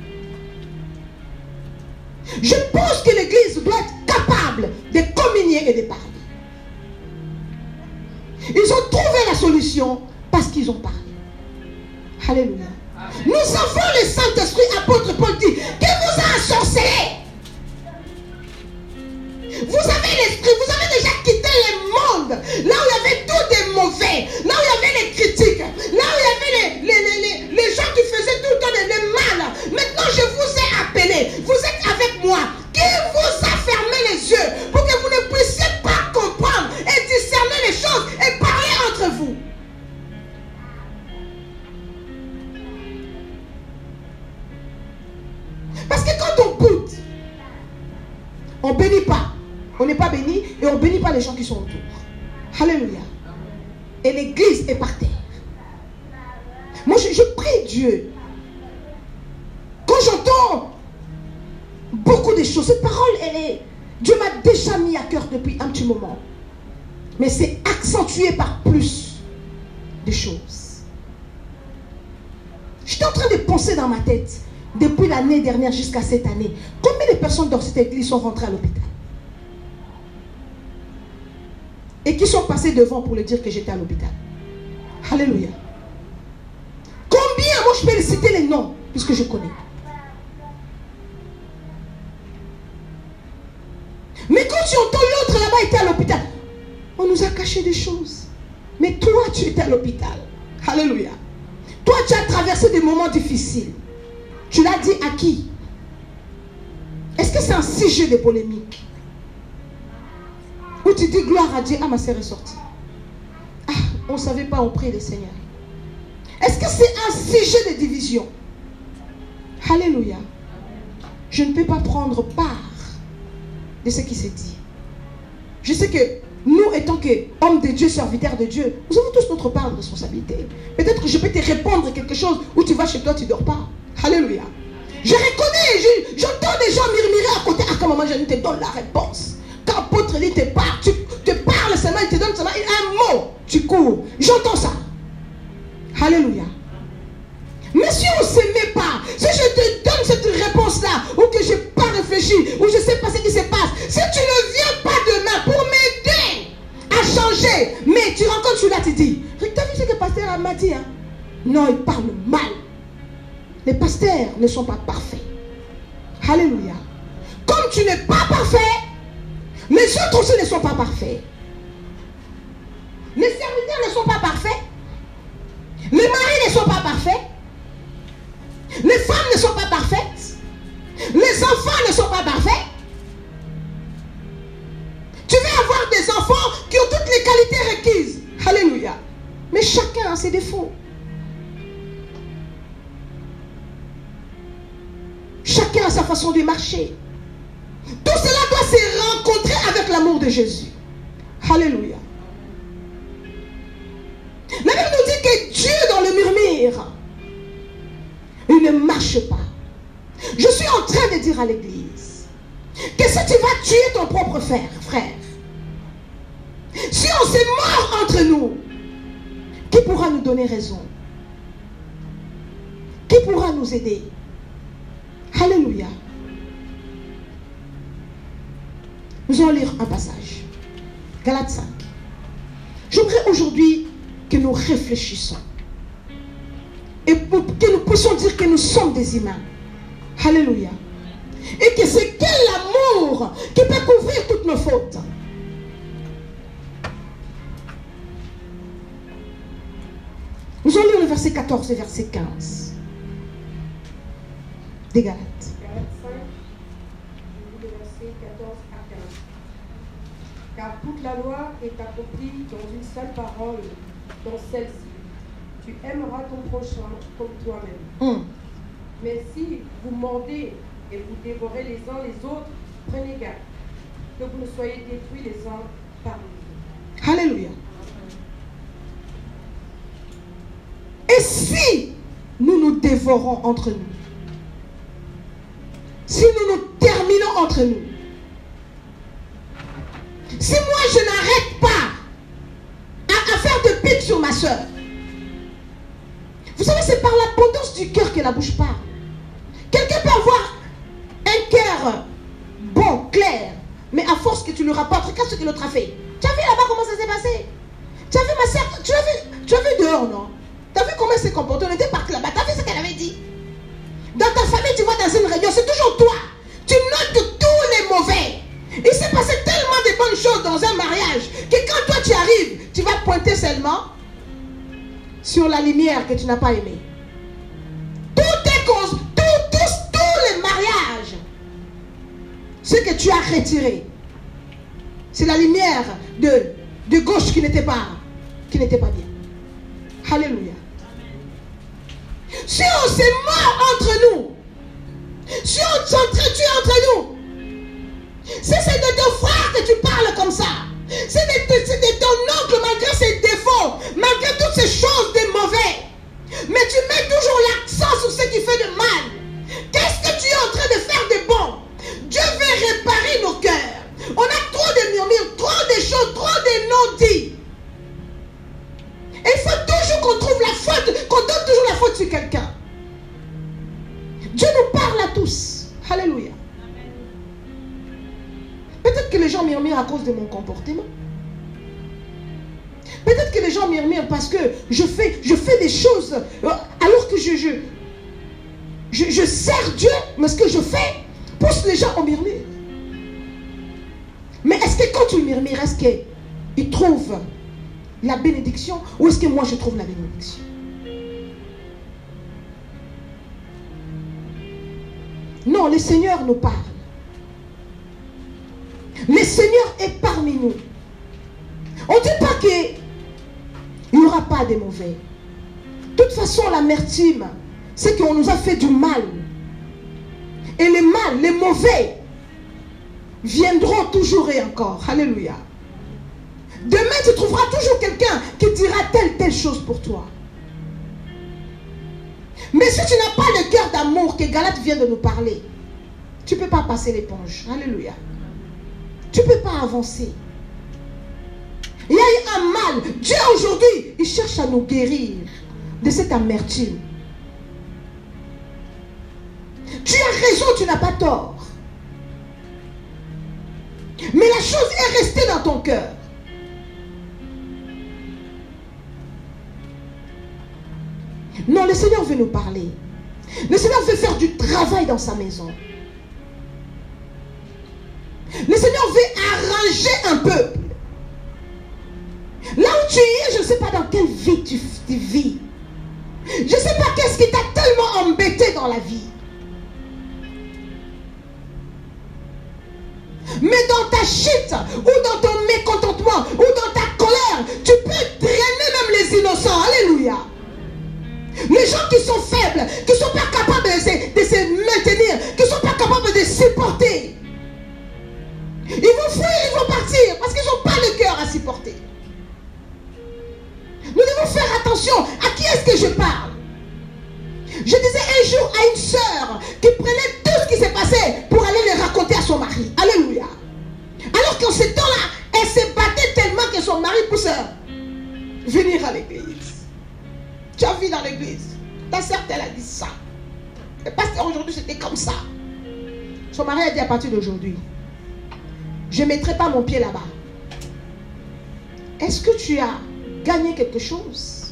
Je pense que l'église doit être capable de communier et de parler. Ils ont trouvé la solution parce qu'ils ont parlé. Alléluia. Nous avons le Saint-Esprit, apôtre Paul dit, qui vous a ensorcelé. Vous avez l'esprit, vous avez déjà quitté le monde, là où il y avait tout des mauvais, là où il y avait les critiques, là où il y avait les, les, les, les, les gens qui faisaient tout le temps des mal. Maintenant, je vous ai appelé, vous êtes avec moi. Qui vous a fermé les yeux pour que vous ne puissiez pas comprendre et discerner les choses et parler entre vous? Parce que quand on goûte, on ne bénit pas. On n'est pas béni et on ne bénit pas les gens qui sont autour. Alléluia. Et l'église est par terre. Moi, je, je prie Dieu. Quand j'entends beaucoup de choses, cette parole, elle est... Dieu m'a déjà mis à cœur depuis un petit moment. Mais c'est accentué par plus de choses. J'étais en train de penser dans ma tête, depuis l'année dernière jusqu'à cette année, combien de personnes dans cette église sont rentrées à l'hôpital? Et qui sont passés devant pour le dire que j'étais à l'hôpital. Alléluia. Combien? Moi je peux les citer les noms, puisque je connais. Mais quand tu entends l'autre là-bas était à l'hôpital, on nous a caché des choses. Mais toi tu étais à l'hôpital. Alléluia. Toi tu as traversé des moments difficiles. Tu l'as dit à qui? Est-ce que c'est un sujet de polémique? Où tu dis gloire à Dieu, ah ma sœur est sortie. Ah, on ne savait pas, on prie le Seigneur. Est-ce que c'est un sujet de division? Alléluia. Je ne peux pas prendre part de ce qui s'est dit. Je sais que nous, étant qu'hommes de Dieu, serviteurs de Dieu, nous avons tous notre part de responsabilité. Peut-être que je peux te répondre quelque chose où tu vas chez toi, tu ne dors pas. Alléluia. Je reconnais, j'entends des gens murmurer à côté. Ah, quand maman, je te donne la réponse. Quand l'apôtre dit te parle, tu te parles seulement, il te donne seulement un mot, tu cours. J'entends ça. Alléluia. Mais si on ne s'aimait pas, si je te donne cette réponse-là, ou que je n'ai pas réfléchi, ou je ne sais pas ce qui se passe, si tu ne viens pas demain pour m'aider à changer, mais tu rencontres celui-là, tu dis, tu as vu ce que le pasteur m'a dit, hein? Non, il parle mal. Les pasteurs ne sont pas parfaits. Alléluia. Comme tu n'es pas parfait, les autres aussi ne sont pas parfaits. Les serviteurs ne sont pas parfaits. Les maris ne sont pas parfaits. Les femmes ne sont pas parfaites. Les enfants ne sont pas parfaits. Tu veux avoir des enfants qui ont toutes les qualités requises. Alléluia. Mais chacun a ses défauts. Chacun a sa façon de marcher. Tout cela doit se rencontrer avec l'amour de Jésus. Alléluia. La Bible nous dit que Dieu dans le murmure, il ne marche pas. Je suis en train de dire à l'église que si tu vas tuer ton propre frère, frère, si on s'est mort entre nous, qui pourra nous donner raison? Qui pourra nous aider? Alléluia. Nous allons lire un passage. Galates cinq. J'aimerais aujourd'hui que nous réfléchissons. Et pour que nous puissions dire que nous sommes des humains. Alléluia. Et que c'est quel amour qui peut couvrir toutes nos fautes. Nous allons lire le verset quatorze et verset quinze. Des Galates. Galates cinq, le verset quatorze à quinze. Car toute la loi est accomplie dans une seule parole, dans celle-ci. Tu aimeras ton prochain comme toi-même. Mm. Mais si vous mordez et vous dévorez les uns les autres, prenez garde que vous ne soyez détruits les uns par les autres. dévorons entre nous, si nous nous terminons entre nous, si moi je n'arrête pas à, à faire de pique sur ma soeur, vous savez, c'est par l'abondance du cœur que la bouche parle. Quelqu'un peut avoir un cœur bon, clair, mais à force que tu lui rapportes, regarde ce que l'autre a fait. Tu as vu là-bas comment ça s'est passé? Tu as vu ma soeur, tu l'as vu, tu l'as vu dehors, non? Tu as vu comment elle s'est comportée? On était partis là-bas, tu as vu ce qu'elle avait dit? Dans ta famille, tu vois, dans une réunion, c'est toujours toi. Tu notes tous les mauvais. Il s'est passé tellement de bonnes choses dans un mariage que quand toi tu arrives, tu vas pointer seulement sur la lumière que tu n'as pas aimée. Tout est cause, tout, tous, tous les mariages, ce que tu as retiré, c'est la lumière de, de gauche qui n'était pas, qui n'était pas bien. Alléluia. Si on s'est mort entre nous, si on s'entretue entre nous, si c'est de ton frère que tu parles comme ça, c'est de, de, de ton oncle malgré ses défauts, malgré toutes ces choses de mauvais, mais tu mets toujours l'accent sur ce qui fait de mal. Qu'est-ce que tu es en train de faire de bon? Dieu veut réparer nos cœurs. On a trop de murmures, trop de choses, trop de non-dits. Et il faut toujours qu'on trouve la faute, qu'on donne toujours la faute sur quelqu'un. Dieu nous parle à tous. Alléluia. Peut-être que les gens murmurent à cause de mon comportement. Peut-être que les gens murmurent parce que je fais, je fais des choses alors que je, je, je, je sers Dieu, mais ce que je fais pousse les gens au murmure. Mais est-ce que quand tu murmures, est-ce qu'ils trouvent la bénédiction ou est-ce que moi je trouve la bénédiction? Non, le Seigneur nous parle. Le Seigneur est parmi nous. On ne dit pas qu'il n'y aura pas de mauvais. De toute façon, l'amertume, c'est qu'on nous a fait du mal. Et le mal, les mauvais, viendront toujours et encore. Alléluia. Demain, tu trouveras toujours quelqu'un qui dira telle, telle chose pour toi. Mais si tu n'as pas le cœur d'amour que Galate vient de nous parler, tu ne peux pas passer l'éponge. Alléluia. Tu ne peux pas avancer. Il y a eu un mal. Dieu aujourd'hui, il cherche à nous guérir de cette amertume. Tu as raison, tu n'as pas tort. Mais la chose est restée dans ton cœur. Non, le Seigneur veut nous parler. Le Seigneur veut faire du travail dans sa maison. Le Seigneur veut arranger un peuple. Là où tu es, je ne sais pas dans quelle vie tu, tu vis. Je ne sais pas qu'est-ce qui t'a tellement embêté dans la vie. Mais dans ta chute, ou dans ton mécontentement, ou dans ta colère, tu peux drainer même les innocents. Alléluia. Les gens qui sont faibles, qui ne sont pas capables de se, de se maintenir, qui ne sont pas capables de supporter. Ils vont fuir, ils vont partir, parce qu'ils n'ont pas le cœur à supporter. Nous devons faire attention à qui est-ce que je parle. Je disais un jour à une sœur qui prenait tout ce qui s'est passé pour aller le raconter à son mari. Alléluia. Alors qu'en ce temps-là, elle se battait tellement que son mari pousse venir à l'église. Tu as vu dans l'église, ta sœur, elle a dit ça. Le pasteur aujourd'hui, c'était comme ça. Son mari a dit à partir d'aujourd'hui, je ne mettrai pas mon pied là-bas. Est-ce que tu as gagné quelque chose?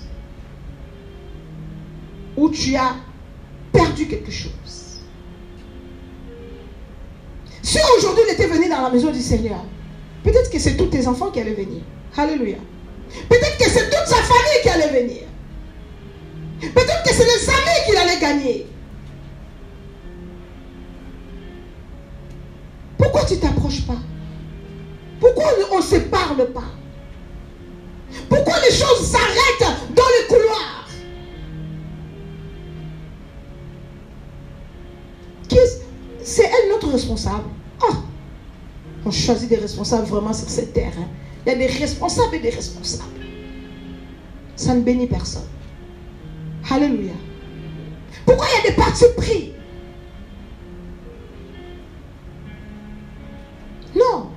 Ou tu as perdu quelque chose? Si aujourd'hui il était venu dans la maison du Seigneur, peut-être que c'est tous tes enfants qui allaient venir. Alléluia. Peut-être que c'est toute sa famille qui allait venir. Peut-être que c'est les amis qu'il allait gagner. Pourquoi tu ne t'approches pas? Pourquoi on ne se parle pas? Pourquoi les choses s'arrêtent dans les couloirs? C'est elle notre responsable. Oh, on choisit des responsables vraiment sur cette terre. Hein. Il y a des responsables et des responsables. Ça ne bénit personne. Alléluia. Pourquoi il y a des partis pris? Non.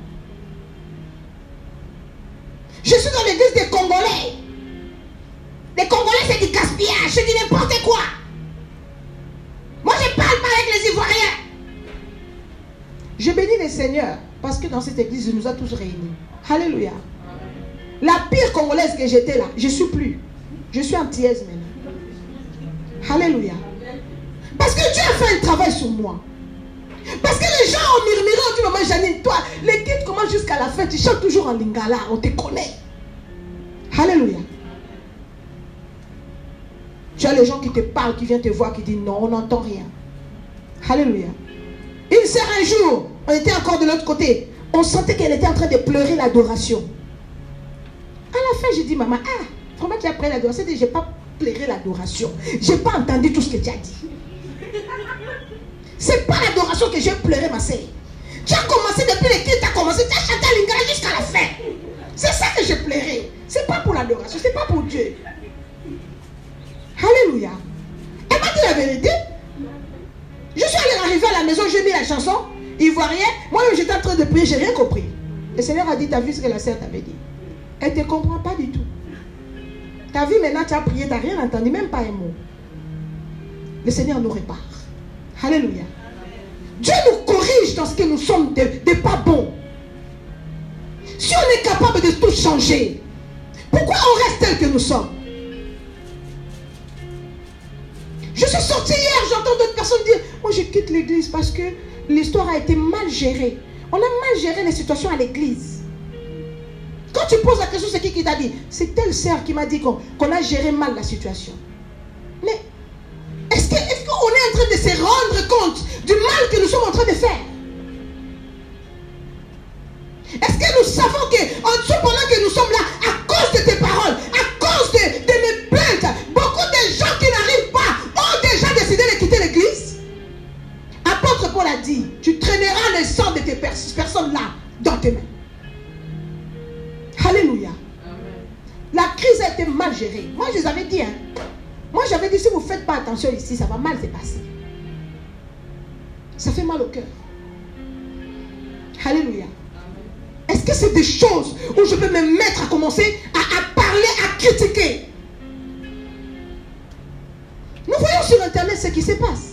Je suis dans l'église des Congolais. Les Congolais, c'est du gaspillage, c'est du n'importe quoi. Moi, je parle pas avec les Ivoiriens. Je bénis le Seigneur parce que dans cette église, il nous a tous réunis. Alléluia. La pire Congolaise que j'étais là, je ne suis plus. Je suis antillaise maintenant. Alléluia. Parce que Dieu a fait un travail sur moi. Parce que les gens ont murmuré, ont dit, maman Janine, toi, les titres commencent jusqu'à la fin, tu chantes toujours en lingala, on te connaît. Alléluia. Tu as les gens qui te parlent, qui viennent te voir, qui disent non, on n'entend rien. Alléluia. Une sœur un jour, on était encore de l'autre côté, on sentait qu'elle était en train de pleurer l'adoration. À la fin, j'ai dit, maman, ah, vraiment tu as pleuré l'adoration. Je n'ai pas pleuré l'adoration. Je n'ai pas entendu tout ce que tu as dit. Ce n'est pas l'adoration que j'ai pleuré, ma sœur. Tu as commencé depuis le culte, tu as commencé, tu as chanté l'ingala jusqu'à la fin. C'est ça que j'ai pleuré. Ce n'est pas pour l'adoration, ce n'est pas pour Dieu. Alléluia. Elle m'a dit la vérité. Je suis allée arriver à la maison, j'ai mis la chanson, ivoirien. Moi-même, j'étais en train de prier, je n'ai rien compris. Le Seigneur a dit, tu as vu ce que la sœur t'avait dit. Elle ne te comprend pas du tout. Tu as vu maintenant, tu as prié, tu n'as rien entendu, même pas un mot. Le Seigneur nous répare. Alléluia. Dieu nous corrige dans ce que nous sommes de, de pas bons. Si on est capable de tout changer, pourquoi on reste tel que nous sommes? Je suis sortie hier, j'entends d'autres personnes dire, moi je quitte l'église parce que l'histoire a été mal gérée. On a mal géré les situations à l'église. Quand tu poses la question, c'est qui qui t'a dit? C'est telle sœur qui m'a dit qu'on qu'on a géré mal la situation. Mais est-ce qu'on est, est en train de se rendre compte du mal que nous sommes en train de faire? Est-ce que nous savons que en dessous, pendant que nous sommes là, à cause de tes paroles, à cause de, de mes plaintes, beaucoup de gens qui n'arrivent pas ont déjà décidé de quitter l'église? Apôtre Paul a dit, tu traîneras les sangs de tes pers personnes-là dans tes mains. Alléluia. Amen. La crise a été mal gérée. Moi, je vous avais dit, hein. Moi, j'avais dit, si vous ne faites pas attention ici, ça va mal se passer. Ça fait mal au cœur. Alléluia. Est-ce que c'est des choses où je peux me mettre à commencer à, à parler, à critiquer? Nous voyons sur Internet ce qui se passe.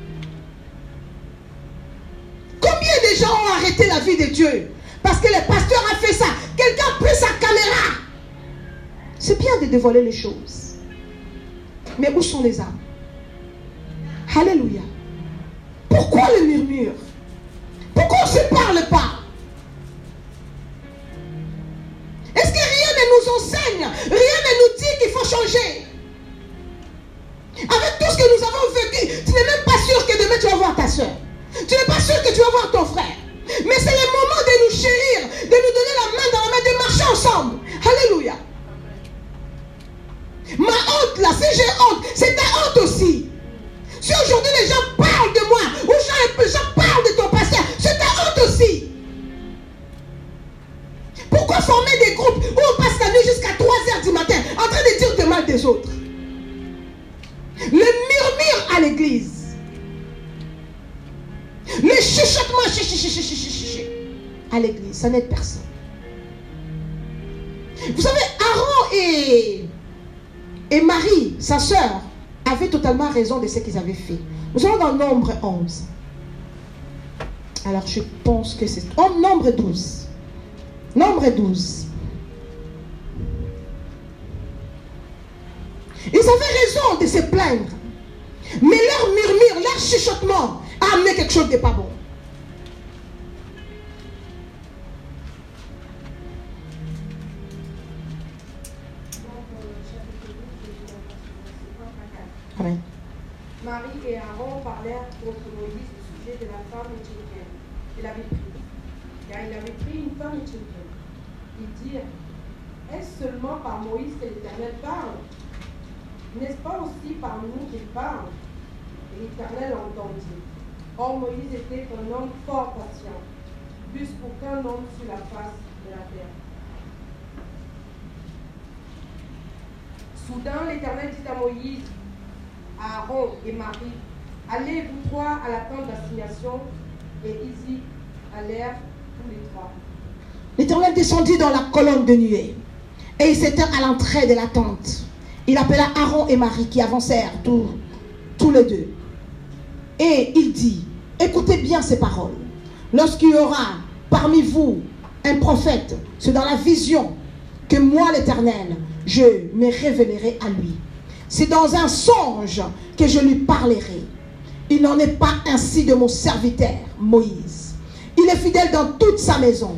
Combien de gens ont arrêté la vie de Dieu parce que le pasteur a fait ça? Quelqu'un a pris sa caméra. C'est bien de dévoiler les choses. Mais où sont les âmes? Alléluia. Pourquoi le murmure? Pourquoi on ne se parle pas? Est-ce que rien ne nous enseigne? Rien ne nous dit qu'il faut changer? Avec tout ce que nous avons vécu, tu n'es même pas sûr que demain tu vas voir ta soeur. Tu n'es pas sûr que tu vas voir ton frère. Mais c'est le moment de nous chérir, de nous donner la main dans la main, de marcher ensemble. Alléluia. Ma honte là, si j'ai honte, c'est ta honte aussi. Si aujourd'hui les gens parlent de moi, ou les gens parlent de ton pasteur, c'est ta honte aussi. Pourquoi former des groupes où on passe la nuit jusqu'à trois heures du matin en train de dire du mal des autres? Le murmure à l'église. Le chuchotement à l'église, ça n'aide personne. Vous savez, Aaron et, et Marie, sa sœur, avaient totalement raison de ce qu'ils avaient fait. Nous sommes dans Nombre onze. Alors je pense que c'est... Oh, Nombre douze. Nombre douze. Ils avaient raison de se plaindre. Mais leur murmure, leur chuchotement a amené quelque chose de pas bon. Amen. Marie et Aaron parlèrent contre Moïse au sujet de la femme éthiopienne. Il avait pris. Car il avait pris une femme éthiopienne. Ils dirent, est-ce seulement par Moïse que l'Éternel parle? N'est-ce pas aussi par nous qu'il parle? Et l'Éternel entendit. Or Moïse était un homme fort patient, plus qu'aucun homme sur la face de la terre. Soudain l'Éternel dit à Moïse, à Aaron et Marie, allez vous trois à la tente d'assignation, et ils y allèrent tous les trois. L'Éternel descendit dans la colonne de nuée, et il s'étint à l'entrée de la tente. Il appela Aaron et Marie qui avancèrent tous, tous les deux. Et il dit, écoutez bien ces paroles. Lorsqu'il y aura parmi vous un prophète, c'est dans la vision que moi l'Éternel, je me révélerai à lui. C'est dans un songe que je lui parlerai. Il n'en est pas ainsi de mon serviteur Moïse. Il est fidèle dans toute sa maison.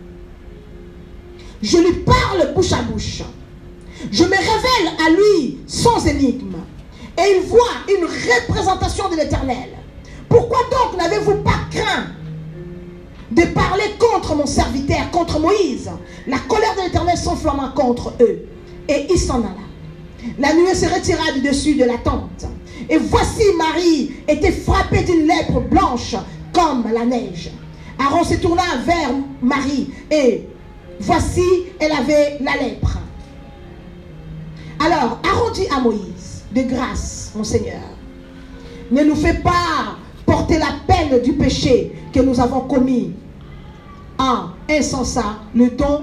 Je lui parle bouche à bouche. Je me révèle à lui sans énigme. Et il voit une représentation de l'Éternel. Pourquoi donc n'avez-vous pas craint de parler contre mon serviteur, contre Moïse? La colère de l'Éternel s'enflamma contre eux. Et il s'en alla. La nuée se retira du dessus de la tente. Et voici Marie était frappée d'une lèpre blanche comme la neige. Aaron se tourna vers Marie et voici, elle avait la lèpre. Alors, Aaron dit à Moïse, de grâce, mon Seigneur, ne nous fais pas porter la peine du péché que nous avons commis en insensant le don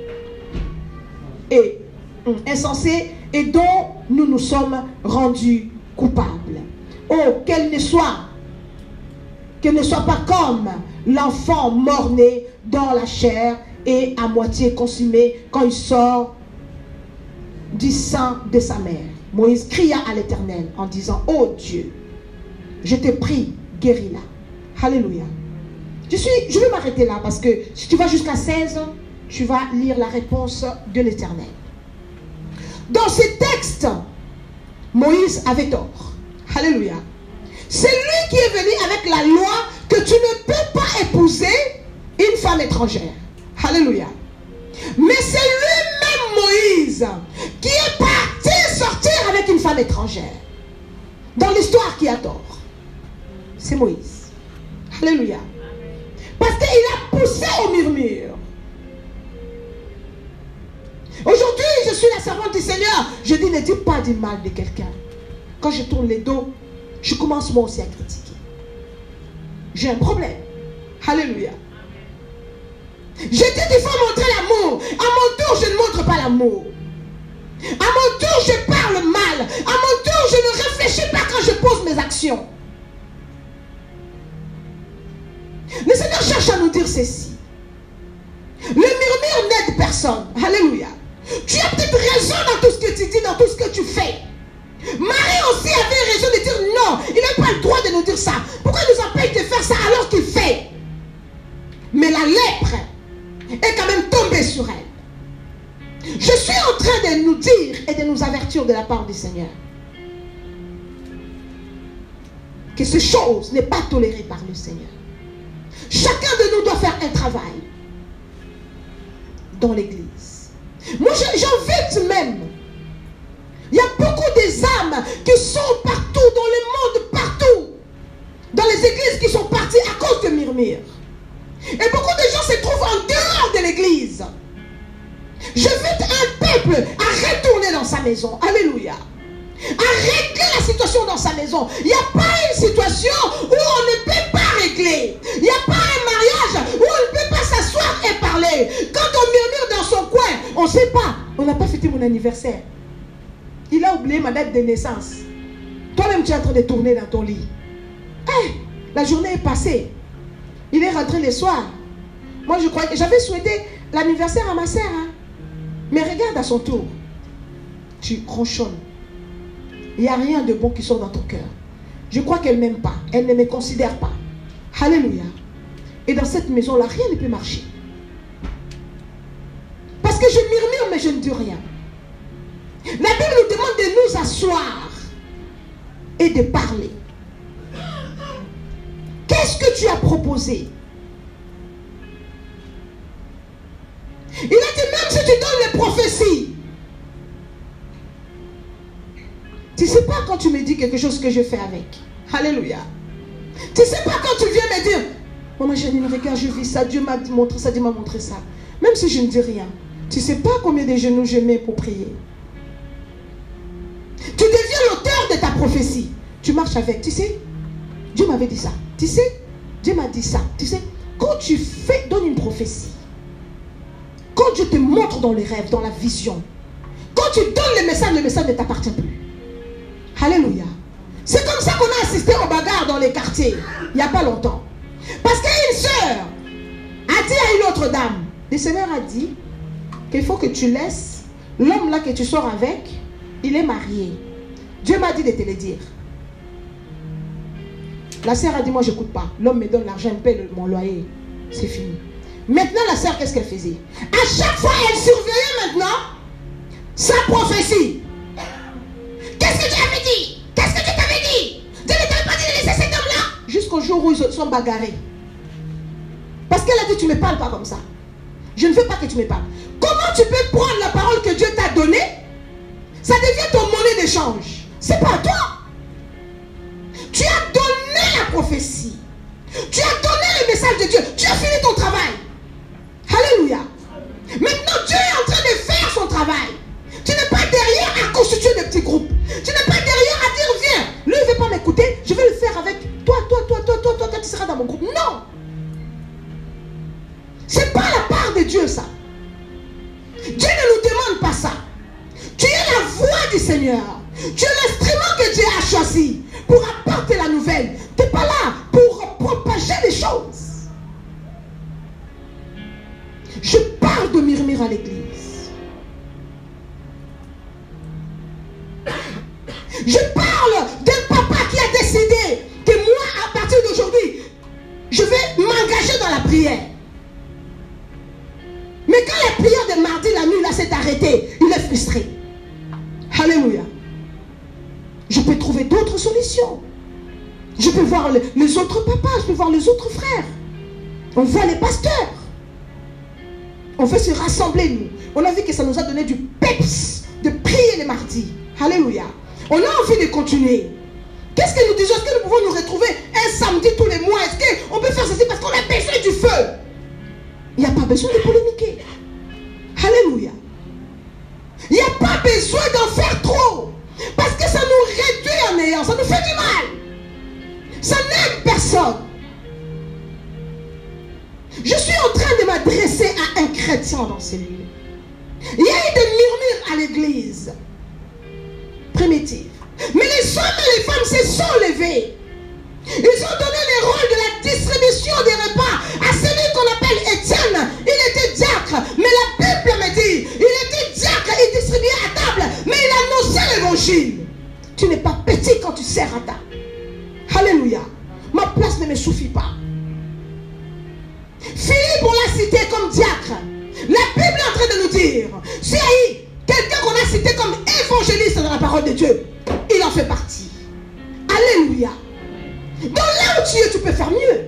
et insensé et dont nous nous sommes rendus coupables. Oh, qu'elle ne soit, qu'elle ne soit pas comme l'enfant mort-né dans la chair et à moitié consumé quand il sort du sang de sa mère. Moïse cria à l'Éternel en disant, oh Dieu, je te prie, guéris-la. Alléluia. Je, suis, je vais m'arrêter là parce que si tu vas jusqu'à seize, tu vas lire la réponse de l'Éternel. Dans ces textes, Moïse avait tort. Alléluia. C'est lui qui est venu avec la loi que tu ne peux pas épouser une femme étrangère. Alléluia. Mais c'est lui-même Moïse qui est parti sortir avec une femme étrangère. Dans l'histoire qui a tort. C'est Moïse. Alléluia. Parce qu'il a poussé au murmure. Aujourd'hui, je suis la servante du Seigneur. Je dis, ne dis pas du mal de quelqu'un. Quand je tourne les dos, je commence moi aussi à critiquer. J'ai un problème. Alléluia. Je dis qu'il faut montrer l'amour. À mon tour, je ne montre pas l'amour. À mon tour, je parle mal. À mon tour, je ne réfléchis pas quand je pose mes actions. Le Seigneur cherche à nous dire ceci. Le murmure n'aide personne. Alléluia. Tu as peut-être raison dans tout ce que tu dis, dans tout ce que tu fais. Marie aussi avait raison de dire non. Il n'a pas le droit de nous dire ça. Pourquoi il nous empêche de faire ça alors qu'il fait? Mais la lèpre est quand même tombée sur elle. Je suis en train de nous dire et de nous avertir de la part du Seigneur que ces choses n'est pas tolérée par le Seigneur. Chacun de nous doit faire un travail dans l'église. Moi, j'invite même. Il y a beaucoup des âmes qui sont partout dans le monde, partout. Dans les églises qui sont parties à cause de murmures. Et beaucoup de gens se trouvent en dehors de l'église. J'invite un peuple à retourner dans sa maison. Alléluia. À régler la situation dans sa maison. Il n'y a pas une situation où on ne peut pas régler. Il n'y a pas un mariage où on ne peut pas s'asseoir et parler. Quand on murmure dans son coin, on ne sait pas. On n'a pas fêté mon anniversaire. Il a oublié ma date de naissance. Toi-même, tu es en train de tourner dans ton lit. Hey, la journée est passée. Il est rentré le soir. Moi, je croyais que j'avais souhaité l'anniversaire à ma sœur. Hein? Mais regarde à son tour. Tu ronchonnes. Il n'y a rien de bon qui sort dans ton cœur. Je crois qu'elle ne m'aime pas. Elle ne me considère pas. Alléluia. Et dans cette maison-là, rien ne peut marcher. Parce que je murmure, mais je ne dis rien. La Bible nous demande de nous asseoir et de parler. Qu'est-ce que tu as proposé? Il a dit, même si tu donnes les prophéties, tu ne sais pas quand tu me dis quelque chose que je fais avec. Alléluia. Tu ne sais pas quand tu viens me dire, maman Janine, regarde, je vis ça, Dieu m'a montré ça, Dieu m'a montré ça. Même si je ne dis rien, tu ne sais pas combien de genoux je mets pour prier. Tu deviens l'auteur de ta prophétie, tu marches avec. Tu sais, Dieu m'avait dit ça. Tu sais, Dieu m'a dit ça. Tu sais, quand tu fais, donnes une prophétie, quand Dieu te montre dans les rêves, dans la vision, quand tu donnes le message, le message ne t'appartient plus. Alléluia. C'est comme ça qu'on a assisté aux bagarres dans les quartiers, il n'y a pas longtemps. Parce qu'une sœur a dit à une autre dame, le Seigneur a dit qu'il faut que tu laisses l'homme là que tu sors avec, il est marié. Dieu m'a dit de te le dire. La sœur a dit, moi je n'écoute pas. L'homme me donne l'argent, il paye mon loyer. C'est fini. Maintenant la sœur, qu'est-ce qu'elle faisait? À chaque fois, elle surveillait maintenant sa prophétie. Qu'est-ce que tu avais dit? Qu'est-ce que tu t'avais dit? Dieu ne t'avait pas dit de laisser cet homme-là? Jusqu'au jour où ils se sont bagarrés. Parce qu'elle a dit, tu ne me parles pas comme ça. Je ne veux pas que tu me parles. Comment tu peux prendre la parole que Dieu t'a donnée? Ça devient ton monnaie d'échange. C'est pas toi. Tu as donné la prophétie. Tu as donné le message de Dieu. Tu as fini ton travail. Alléluia. Maintenant, Dieu est en train de faire son travail. Tu n'es pas derrière à constituer des petits groupes. Tu n'es pas derrière à dire, viens, lui il ne veut pas m'écouter, je vais le faire avec toi, toi, toi, toi, toi, toi, toi, tu seras dans mon groupe. Non. C'est pas la part de Dieu, ça. Dieu ne nous demande pas ça. Tu es la voix du Seigneur. Tu es l'instrument que Dieu a choisi pour apporter la nouvelle. Tu n'es pas là pour propager les choses. Je parle de murmure à l'église. Je parle d'un papa qui a décidé que moi, à partir d'aujourd'hui, je vais m'engager dans la prière. Mais quand la prière de mardi, la nuit, là, s'est arrêtée, il est frustré. Alléluia. Je peux trouver d'autres solutions. Je peux voir les, les autres papas, je peux voir les autres frères. On voit les pasteurs. On veut se rassembler, nous. On a vu que ça nous a donné du peps de prier les mardis. Alléluia. On a envie de continuer. Qu'est-ce que nous disons? Est-ce que nous pouvons nous retrouver un samedi tous les mois? Est-ce qu'on peut faire ceci parce qu'on a besoin du feu? Il n'y a pas besoin de polémiquer. Alléluia. Il n'y a pas besoin d'en faire trop. Parce que ça nous réduit en néant. Ça nous fait du mal. Ça n'aide personne. Je suis en train de m'adresser à un chrétien dans ces lieux. Il y a eu des murmures à l'église primitive. Mais les hommes et les femmes se sont levés. Ils ont donné le rôle de la distribution des repas à celui qu'on appelle Étienne. Il était diacre, mais la Bible me dit, il était diacre, il distribuait à table, mais il annonçait l'évangile. Tu n'es pas petit quand tu sers à table. Alléluia. Ma place ne me suffit pas. Philippe, on l'a cité comme diacre. La Bible est en train de nous dire, s'il y a eu quelqu'un qu'on a cité comme évangéliste dans la parole de Dieu, il en fait partie. Alléluia. Donc là où tu es, tu peux faire mieux.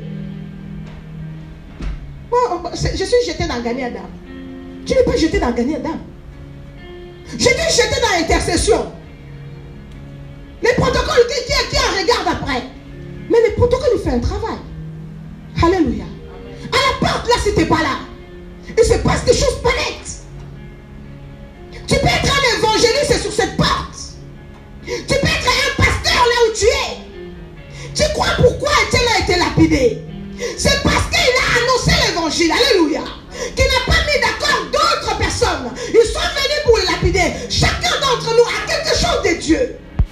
Moi, je suis jeté dans le gagner à dame. Tu n'es pas jeté dans le gagner à dame. Je t'ai jeté dans l'intercession. Les protocoles, qui, qui, qui en regarde après? Mais les protocoles, il fait un travail. Alléluia. À la porte, là, si tu n'es pas là, il se passe des choses pas nettes. Tu peux être un évangéliste sur cette porte. Tu peux être un pasteur là où tu es. Tu crois pourquoi Étienne a été lapidé? C'est parce qu'il a annoncé l'évangile. Alléluia. Qu'il n'a pas mis d'accord d'autres personnes. Ils sont venus pour le lapider. Chacun d'entre nous a quelque chose de Dieu.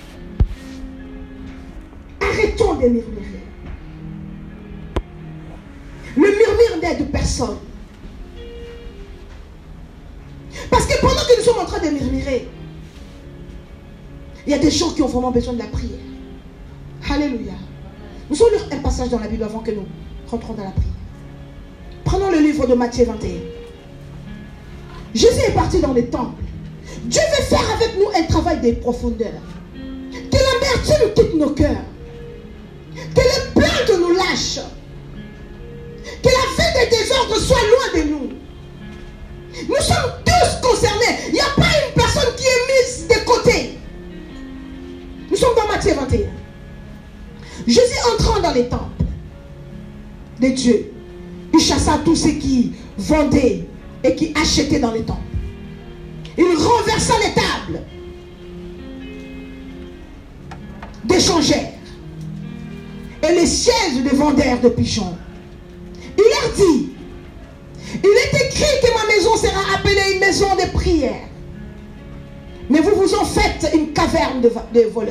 Arrêtons de murmurer. Le murmure n'aide personne. Parce que pendant que nous sommes en train de murmurer, il y a des gens qui ont vraiment besoin de la prière. Alléluia. Nous allons lire un passage dans la Bible avant que nous rentrons dans la prière. Prenons le livre de Matthieu vingt et un. Jésus est parti dans les temples. Dieu veut faire avec nous un travail de profondeur. Que l'amertume quitte nos cœurs. Que les plaintes nous lâchent. Que la vie des désordres soit loin de nous. Nous sommes tous concernés. Il n'y a pas une personne qui est mise de côté. Nous sommes dans Matthieu vingt et un. Jésus entrant dans les temples de Dieu, il chassa tous ceux qui vendaient et qui achetaient dans les temples. Il renversa les tables. d'échangeurs et les sièges de vendeurs de pigeons. Il leur dit, il est écrit que ma maison sera appelée une maison de prière. Mais vous vous en faites une caverne de, de voleurs.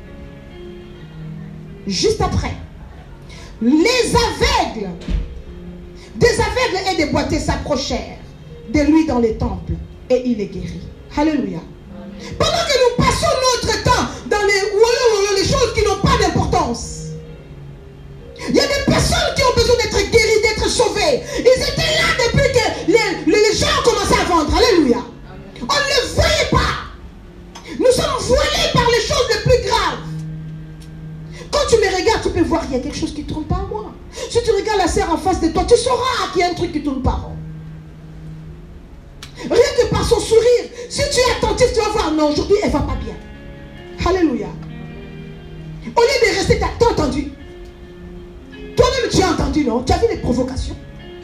Juste après, les aveugles, des aveugles et des boiteux s'approchèrent de lui dans les temples et il est guéri. Alléluia. Pendant que nous passons notre temps dans les, les choses qui n'ont pas d'importance, il y a des personnes qui ont besoin d'être guéries, d'être sauvées. Ils étaient là depuis que les, les gens commençaient à vendre. Alléluia. On ne le voyait pas. Nous sommes voilés par les choses les plus graves. Quand tu me regardes, tu peux voir qu'il y a quelque chose qui ne tourne pas en moi. Si tu regardes la sœur en face de toi, tu sauras qu'il y a un truc qui ne tourne pas rond. Rien que par son sourire, si tu es attentif, tu vas voir, non, aujourd'hui, elle ne va pas bien. Alléluia. Au lieu de rester, tu as entendu. Toi-même, tu as entendu, non? Tu as vu les provocations.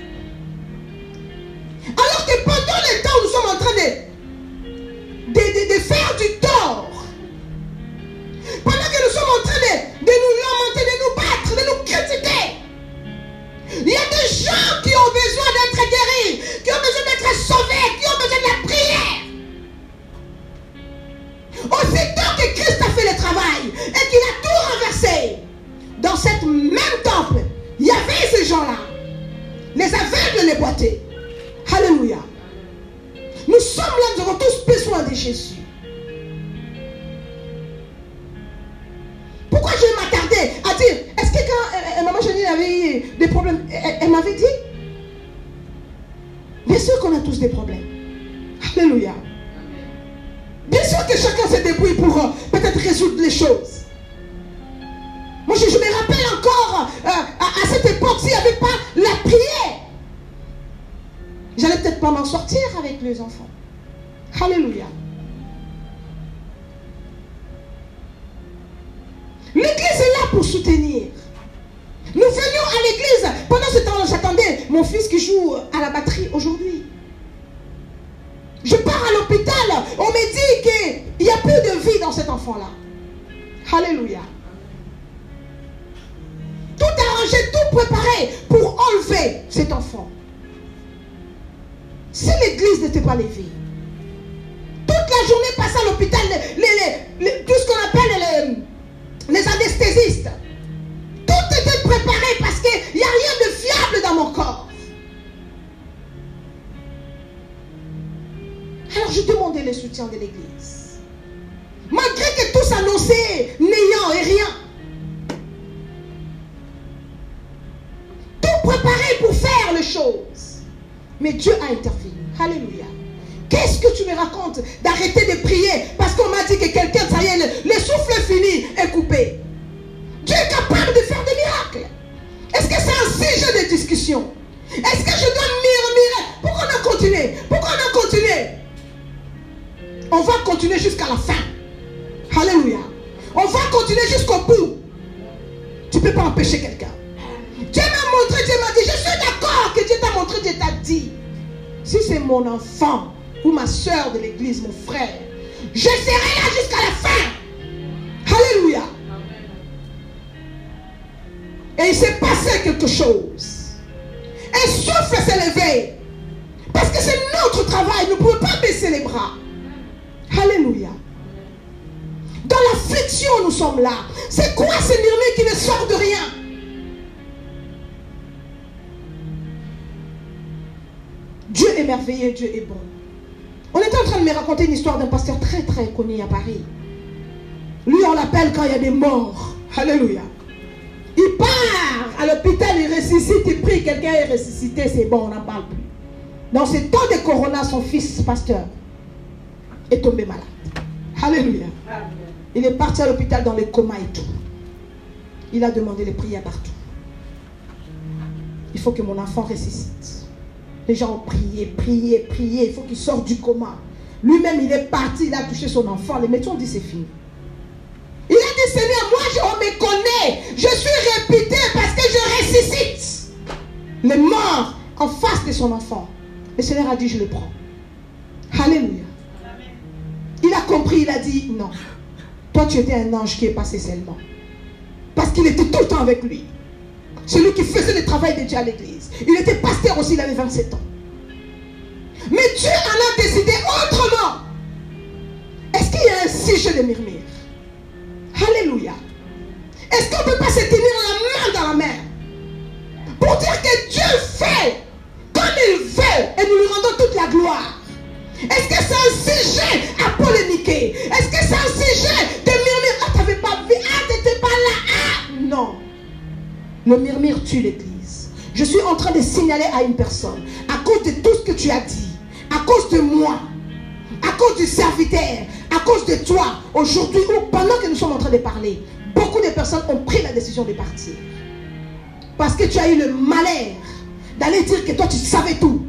Alors que pendant le temps où nous sommes en train de, de, de, de faire du tort, pendant que nous sommes en train de, de nous lamenter, de nous battre, de nous critiquer, il y a des gens qui ont besoin d'être guéris, qui ont besoin d'être sauvés, qui ont besoin de la prière. Aussitôt que Christ a fait le travail et qu'il a tout renversé, dans cette même temple, il y avait ces gens-là, les aveugles, les boiteux. Alléluia. Nous sommes là, nous avons tous besoin de Jésus. Pourquoi je vais m'attarder à dire, est-ce que quand euh, maman Janine avait eu des problèmes, elle, elle m'avait dit? Bien sûr qu'on a tous des problèmes. Alléluia. Bien sûr que chacun se débrouille pour euh, peut-être résoudre les choses. Moi, je, je me rappelle encore, euh, à, à cette époque, s'il n'y avait pas la prière, j'allais peut-être pas m'en sortir avec les enfants. Alléluia. L'église est là pour soutenir. Nous venions à l'église. Pendant ce temps, j'attendais mon fils qui joue à la batterie aujourd'hui. Je pars à l'hôpital. On me dit qu'il n'y a plus de vie dans cet enfant-là. Alléluia. Tout arrangé, tout préparé pour enlever cet enfant. Si l'église n'était pas levée, toute la journée passée à l'hôpital, les, les, les, tout ce qu'on appelle les, les anesthésistes, tout était préparé parce qu'il n'y a rien de fiable dans mon corps. Alors je demandais le soutien de l'église. Malgré que tous annonçaient n'ayant et rien. Tout préparé pour faire les choses. Mais Dieu a intervenu. Alléluia. Qu'est-ce que tu me racontes d'arrêter de prier parce qu'on m'a dit que quelqu'un, ça y est, le, le souffle fini est coupé. Dieu est capable de faire des miracles. Est-ce que c'est un sujet de discussion? Est-ce que je dois murmurer? Pourquoi on a continué? Pourquoi on a continué? On va continuer jusqu'à la fin. Alléluia. On va continuer jusqu'au bout. Tu ne peux pas empêcher quelqu'un. Dieu m'a montré, Dieu m'a dit, je suis d'accord que Dieu t'a montré, Dieu t'a dit. Si c'est mon enfant ou ma soeur de l'église, mon frère, je serai là jusqu'à la fin. Alléluia. Et il s'est passé quelque chose. Un souffle s'est levé. Parce que c'est notre travail. Nous ne pouvons pas baisser les bras. Alléluia. Dans l'affliction, nous sommes là. C'est quoi ce murmure qui ne sort de rien? Dieu est merveilleux, Dieu est bon. On était en train de me raconter une histoire d'un pasteur très très connu à Paris. Lui, on l'appelle quand il y a des morts. Alléluia. Il part à l'hôpital, il ressuscite, il prie, quelqu'un est ressuscité, c'est bon, on n'en parle plus. Dans ce temps de corona, son fils, pasteur, est tombé malade. Alléluia. Il est parti à l'hôpital dans le coma et tout. Il a demandé les prières partout. Il faut que mon enfant ressuscite. Les gens ont prié, prié, prié. Il faut qu'il sorte du coma. Lui-même, il est parti, il a touché son enfant. Les médecins ont dit c'est fini. Il a dit, Seigneur, moi, je, on me connaît. Je suis réputé parce que je ressuscite. Les morts en face de son enfant. Le Seigneur a dit, je le prends. Alléluia. Il a compris, il a dit, non. Toi, tu étais un ange qui est passé seulement. Parce qu'il était tout le temps avec lui. Celui qui faisait le travail de Dieu à l'église. Il était pasteur aussi, il avait vingt-sept ans. Mais Dieu en a décidé autrement. Est-ce qu'il y a un sujet de murmure? Alléluia. Est-ce qu'on ne peut pas se tenir la main dans la main pour dire que Dieu fait comme il veut et nous lui rendons toute la gloire? Est-ce que c'est un sujet à polémiquer? Est-ce que c'est un sujet de murmure? Ah, t'avais pas vu? Ah, t'étais pas là? Ah, non. Le murmure tue l'église. Je suis en train de signaler à une personne, à cause de tout ce que tu as dit, à cause de moi, à cause du serviteur, à cause de toi, aujourd'hui ou pendant que nous sommes en train de parler, beaucoup de personnes ont pris la décision de partir. Parce que tu as eu le malheur d'aller dire que toi tu savais tout.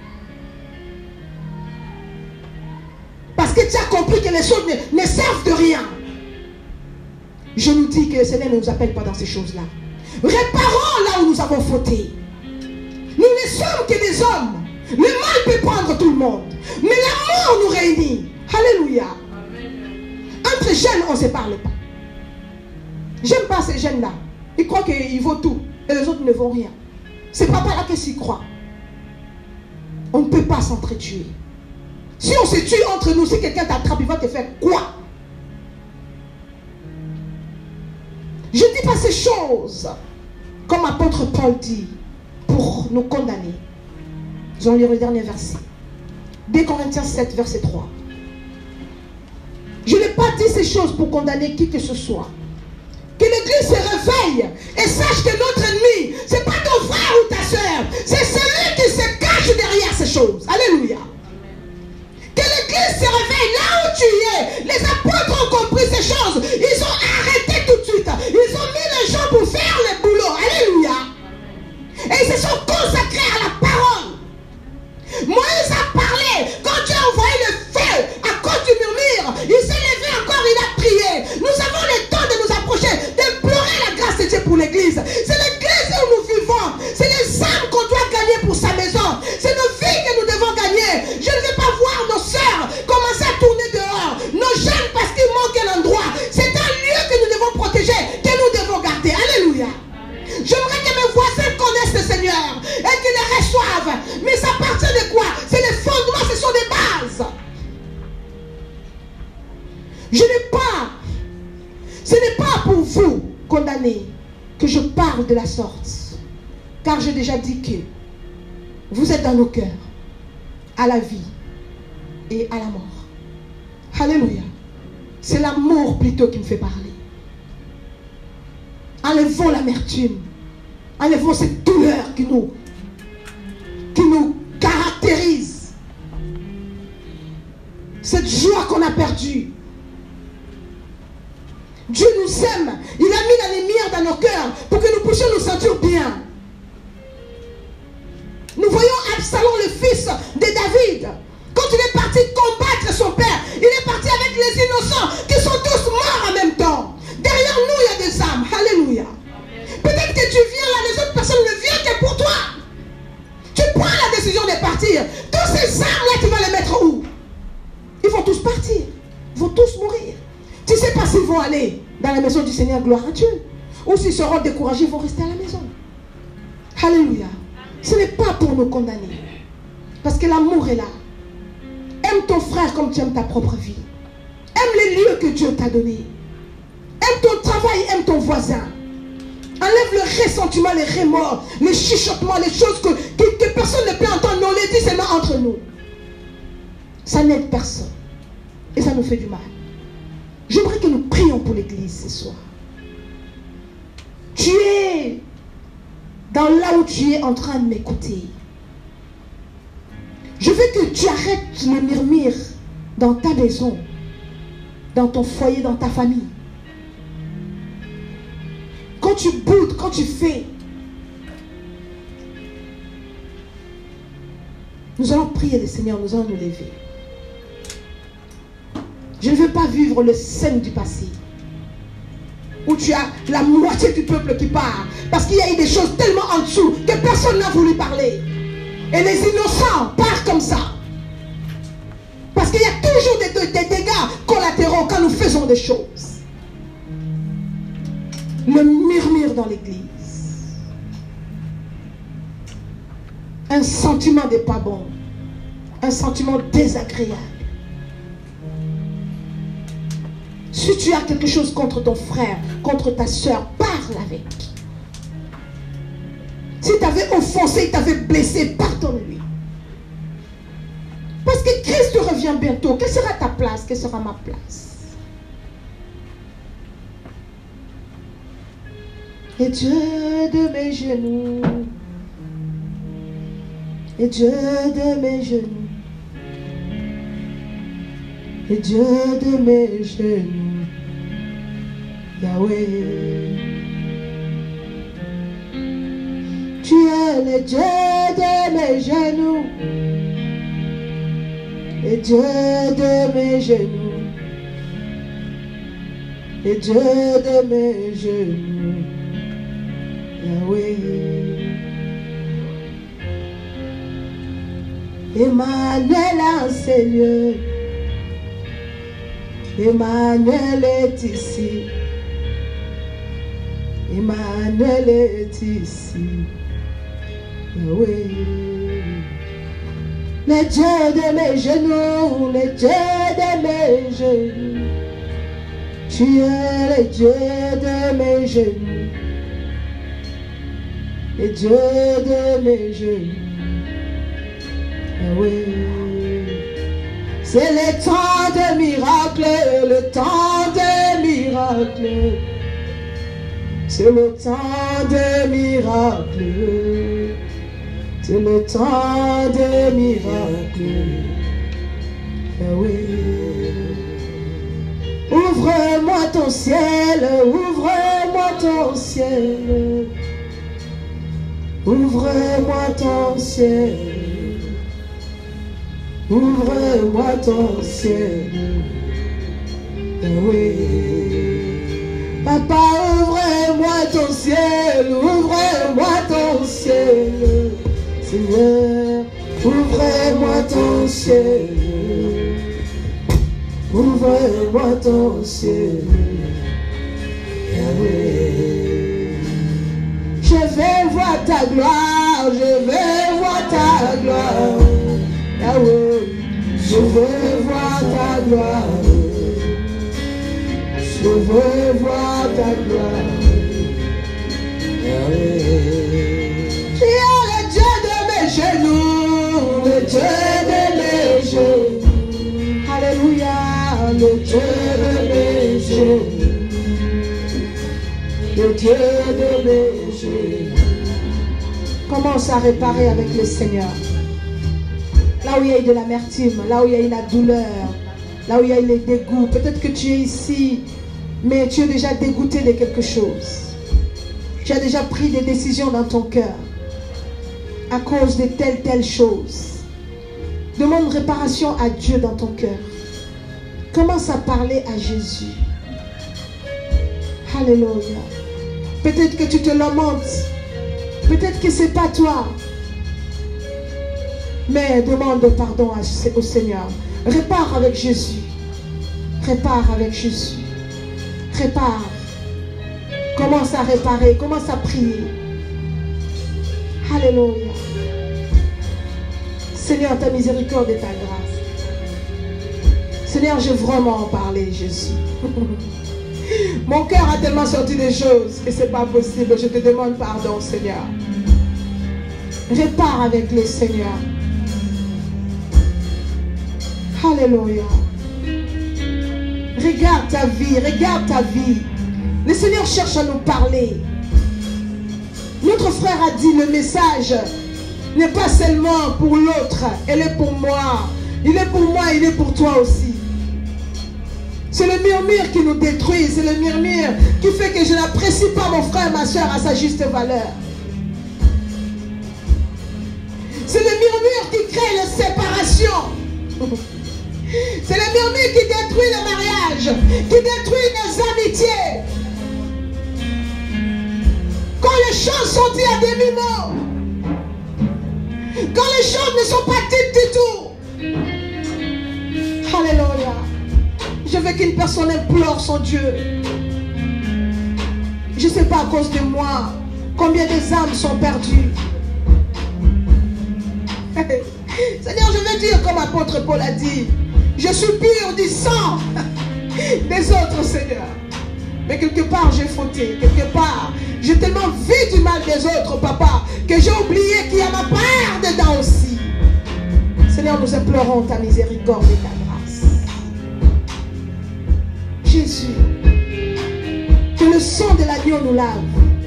Parce que tu as compris que les choses ne, ne servent de rien. Je nous dis que le Seigneur ne nous appelle pas dans ces choses-là. Réparons là où nous avons fauté. Nous ne sommes que des hommes. Le mal peut prendre tout le monde. Mais l'amour nous réunit. Alléluia. Entre jeunes, on ne se parle pas. J'aime pas ces jeunes-là. Ils croient qu'ils vaut tout. Et les autres ne vont rien. C'est papa là qui s'y croit. On ne peut pas s'entretuer. Si on se tue entre nous, si quelqu'un t'attrape, il va te faire quoi? Je ne dis pas ces choses, comme apôtre Paul dit, pour nous condamner. Nous allons lire le dernier verset. deux Corinthiens sept, verset trois. Je n'ai pas dit ces choses pour condamner qui que ce soit. Que l'église se réveille et sache que notre ennemi, ce n'est pas ton frère ou ta soeur, c'est celui qui se cache derrière ces choses. Alléluia. Que l'église se réveille là où tu es. Les apôtres ont compris ces choses. Ils ont arrêté tout de suite. Ils ont mis les gens pour faire le boulot. Alléluia. Et ils se sont consacrés à la parole. Moïse a parlé. Quand Dieu a envoyé le feu à cause du murmure, il s'est levé encore, il a prié. Nous avons le temps de nous approcher, d'implorer la grâce de Dieu pour l'église. C'est l'église où nous vivons. C'est les âmes qu'on doit gagner pour sa maison. C'est nos vies que nous devons gagner. Je ne veux pas voir nos sœurs commencer à tourner dehors. Nos jeunes parce qu'il manque un endroit. C'est un lieu que nous devons protéger, que nous devons garder. Alléluia. J'aimerais que mes voisins connaissent le Seigneur et qu'ils les reçoivent. Mais ça appartient de quoi? C'est les fondements, ce sont des bases. Je n'ai pas, ce n'est pas pour vous condamner que je parle de la sorte. Car j'ai déjà dit que vous êtes dans nos cœurs, à la vie et à la mort. Alléluia. C'est l'amour plutôt qui me fait parler. Enlevons l'amertume. Enlevons cette douleur qui nous, qui nous caractérise. Cette joie qu'on a perdue. Dieu nous aime. Il a mis la lumière dans nos cœurs pour que nous puissions nous sentir bien. Nous voyons Absalom, le fils de David. Quand il est parti combattre son père, il est parti avec les innocents qui sont tous morts en même temps. Derrière nous, il y a des âmes. Alléluia. Peut-être que tu viens là, les autres personnes ne viennent que pour toi. Tu prends la décision de partir. Tous ces âmes-là, tu vas les mettre où? Ils vont tous partir. Ils vont tous mourir. Tu ne sais pas s'ils vont aller dans la maison du Seigneur, gloire à Dieu. Ou s'ils seront découragés, ils vont rester à la maison. Alléluia. Ce n'est pas pour nous condamner. Parce que l'amour est là. Aime ton frère comme tu aimes ta propre vie. Aime les lieux que Dieu t'a donnés. Aime ton travail, aime ton voisin. Enlève le ressentiment, les remords, les chuchotements, les choses que, que, que personne ne peut entendre. Mais on les dit seulement entre nous. Ça n'aide personne. Et ça nous fait du mal. J'aimerais que nous prions pour l'église ce soir. Tu es dans là où tu es en train de m'écouter. Je veux que tu arrêtes le murmure dans ta maison, dans ton foyer, dans ta famille. Quand tu boudes, quand tu fais. Nous allons prier le Seigneur, nous allons nous lever. Je ne veux pas vivre le scène du passé. Où tu as la moitié du peuple qui part. Parce qu'il y a eu des choses tellement en dessous que personne n'a voulu parler. Et les innocents partent comme ça. Parce qu'il y a toujours des, des, des dégâts collatéraux quand nous faisons des choses. le murmure dans l'église. Un sentiment n'est pas bon. Un sentiment désagréable. Si tu as quelque chose contre ton frère, contre ta soeur, parle avec. Si tu avais offensé, tu avais blessé, pardonne-lui. Parce que Christ revient bientôt. Quelle sera ta place? Quelle sera ma place? Et Dieu de mes genoux, et Dieu de mes genoux, et Dieu de mes genoux, Yahweh. Tu es le Dieu de mes genoux, et Dieu de mes genoux, et Dieu de mes genoux, Yahweh. Emmanuel en ces lieux, Emmanuel est ici, Emmanuel est ici, Yahweh. Le Dieu de mes genoux, le Dieu de mes genoux, tu es le Dieu de mes genoux, le Dieu de mes genoux, Yahweh. C'est le temps de miracles, le temps de miracles. C'est le temps de miracles. C'est le temps de miracles. Yahweh. Ouvre-moi ton ciel, ouvre-moi ton ciel. Ouvre-moi ton ciel. Ouvre-moi ton ciel, oui. Papa, ouvre-moi ton ciel, ouvre-moi ton ciel, Seigneur, ouvre-moi ton ciel, ouvre-moi ton ciel, oui. Je vais voir ta gloire, je vais voir ta gloire. Yahweh, je veux voir ta gloire, je veux voir ta gloire, Yahweh. Tu es le Dieu de mes genoux, le Dieu de mes genoux, alléluia, le Dieu de mes genoux, le Dieu de mes genoux. Commence à réparer avec le Seigneur. Là où il y a eu de l'amertume, là où il y a eu la douleur, là où il y a eu les dégoûts. Peut-être que tu es ici, mais tu es déjà dégoûté de quelque chose. Tu as déjà pris des décisions dans ton cœur à cause de telle, telle chose. Demande réparation à Dieu dans ton cœur. Commence à parler à Jésus. Alléluia. Peut-être que tu te lamentes. Peut-être que ce n'est pas toi. Mais demande pardon au Seigneur. Répare avec Jésus. Répare avec Jésus. Répare. Commence à réparer. Commence à prier. Alléluia. Seigneur, ta miséricorde et ta grâce. Seigneur, je veux vraiment en parler, Jésus. Mon cœur a tellement sorti des choses que ce n'est pas possible. Je te demande pardon, Seigneur. Répare avec le Seigneur. Alléluia. Regarde ta vie, regarde ta vie. Le Seigneur cherche à nous parler. Notre frère a dit, le message n'est pas seulement pour l'autre, elle est pour moi. Il est pour moi, il est pour toi aussi. C'est le murmure qui nous détruit, c'est le murmure qui fait que je n'apprécie pas mon frère, ma soeur à sa juste valeur. C'est le murmure qui crée la séparation. C'est le murmure qui détruit le mariage, qui détruit nos amitiés. Quand les choses sont dites à demi-mot, quand les choses ne sont pas dites du tout. Alléluia. Je veux qu'une personne implore son Dieu. Je Je ne sais pas à cause de moi combien des âmes sont perdues. Seigneur, je veux dire comme apôtre Paul a dit, je suis pur du sang des autres, Seigneur. Mais quelque part, j'ai fauté. Quelque part, j'ai tellement vu du mal des autres, papa, que j'ai oublié qu'il y a ma part dedans aussi. Seigneur, nous implorons ta miséricorde et ta grâce. Jésus, que le sang de l'agneau nous lave.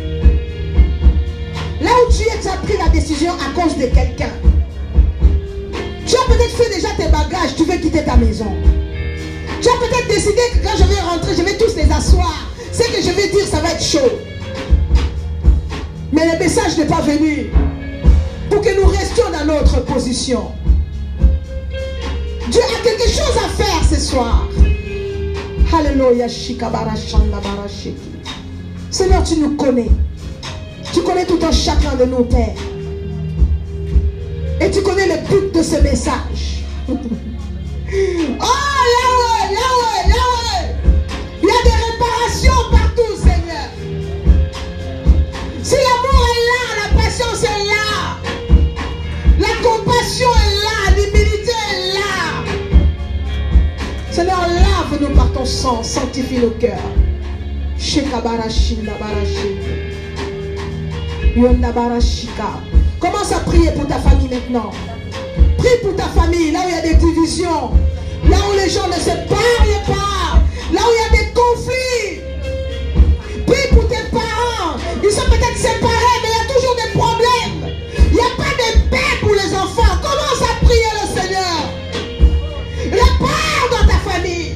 Là où tu es, tu as pris la décision à cause de quelqu'un. Tu as peut-être fait déjà tes bagages, tu veux quitter ta maison. Tu as peut-être décidé que quand je vais rentrer, je vais tous les asseoir. Ce que je vais dire, ça va être chaud. Mais le message n'est pas venu pour que nous restions dans notre position. Dieu a quelque chose à faire ce soir. Alléluia. Seigneur, tu nous connais. Tu connais tout un chacun de nos pères. Et tu connais le but de ce message. Oh, Yahweh, Yahweh, Yahweh. Il y a des réparations partout, Seigneur. Si l'amour est là, la patience est là. La compassion est là, l'humilité est là. Seigneur, lave-nous par ton sang, sanctifie nos cœurs. Commence à prier pour ta famille maintenant. Prie pour ta famille, là où il y a des divisions, là où les gens ne se parlent pas, là où il y a des conflits. Prie pour tes parents. Ils sont peut-être séparés, mais il y a toujours des problèmes. Il n'y a pas de paix pour les enfants. Commence à prier le Seigneur. Répare dans ta famille.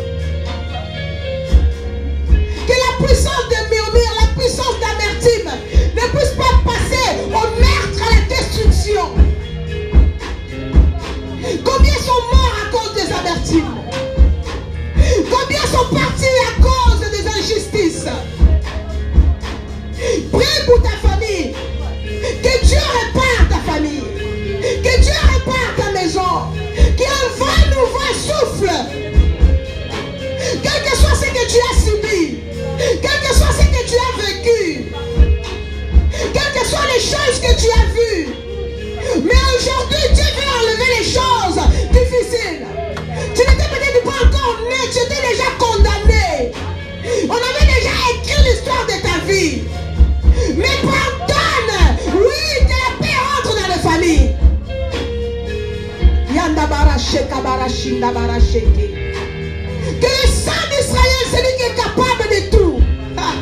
Que la puissance de murmure, la puissance d'amertume ne puisse pas passer au meurtre, à la destruction. Combien sont morts à cause des amertumes? Combien sont partis à cause des injustices? Prie pour ta famille. Que Dieu répare ta famille. Que Dieu répare ta maison. Qu'il y ait un vent nouveau souffle. Quel que soit ce que tu as subi, quel que soit ce que tu as vécu, quelles que soient les choses que tu as vues, mais aujourd'hui Dieu veut enlever les choses difficiles. Tu n'étais peut-être pas encore né, tu étais déjà condamné. On avait déjà écrit l'histoire de ta vie. Mais pardonne, oui, que la paix entre dans les familles. Que le sang d'Israël, c'est lui qui est capable de tout. Ah,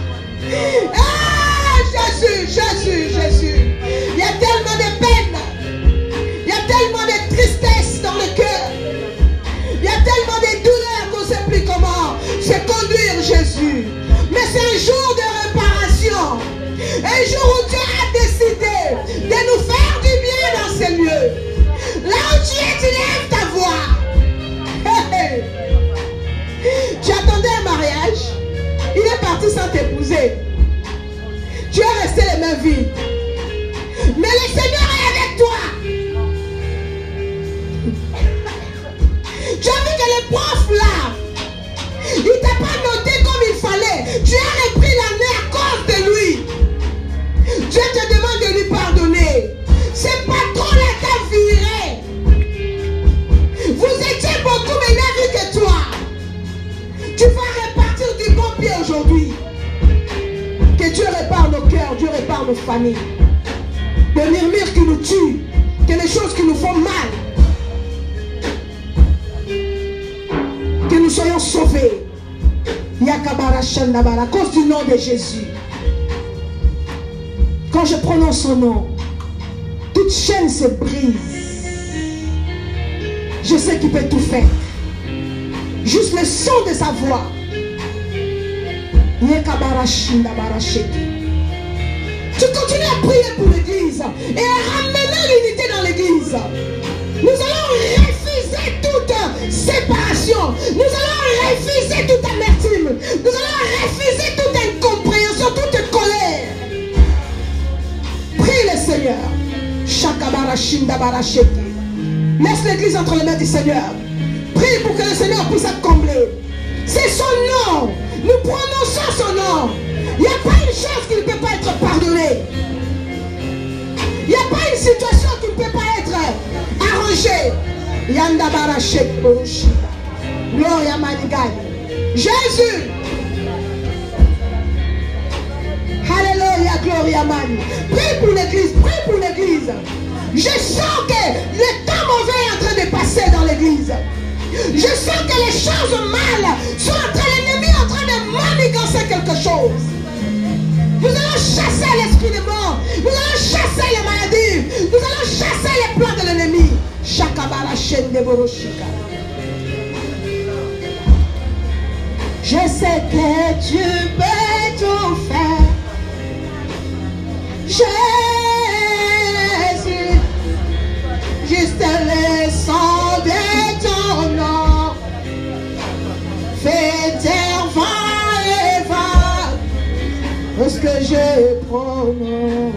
Jésus, Jésus, Jésus. Il y a tellement de peine. Il y a tellement de tristesse dans le cœur. Il y a tellement de douleurs qu'on ne sait plus comment se conduire, Jésus. Mais c'est un jour de réparation. Un jour où Dieu a décidé de nous faire du bien dans ces lieux. Là où tu es, tu lèves ta voix. Hey, hey. Tu attendais un mariage. Il est parti sans t'épouser. Tu es resté les mains vides. Mais le Seigneur est avec toi. Tu as vu que le prof là, il ne t'a pas noté comme il fallait. Tu as repris l'année à cause de lui. Dieu te demande de lui pardonner. C'est pas trop là t'a viré. Vous étiez beaucoup meilleurs que toi. Tu vas repartir du bon pied aujourd'hui. Que Dieu répare nos cœurs, Dieu répare nos familles. Les murmures qui nous tuent, que les choses qui nous font mal, que nous soyons sauvés. Yakabara Shandabara, à cause du nom de Jésus. Quand je prononce son nom, toute chaîne se brise. Je sais qu'il peut tout faire. Juste le son de sa voix. Tu continues à prier pour l'église et à ramener l'unité dans l'église. Nous allons refuser toute séparation. Nous allons refuser toute amertume. Nous allons refuser toute incompréhension, toute colère. Prie le Seigneur. Laisse l'église entre les mains du Seigneur. Prie pour que le Seigneur puisse être comblé. C'est son nom. Nous prononçons son nom. Il n'y a pas une chose qui ne peut pas être pardonnée. Il n'y a pas une situation qui ne peut pas être arrangée. Yanda Barachek Borushi. Gloria Manigai. Jésus. Alléluia, Gloria Mani. Prie pour l'église, prie pour l'église. Je sens que le temps mauvais est en train de passer dans l'église. Je sens que les choses mal sont en train, l'ennemi est en train de manigancer quelque chose. Nous allons chasser l'esprit de mort. Nous allons chasser les maladies. Nous allons chasser les plans de l'ennemi. Shakabara chaîne de Boroshika. Je sais que tu peux tout faire. Jésus, juste le sang de ton nom fait taire vent et vague ce que je prononce.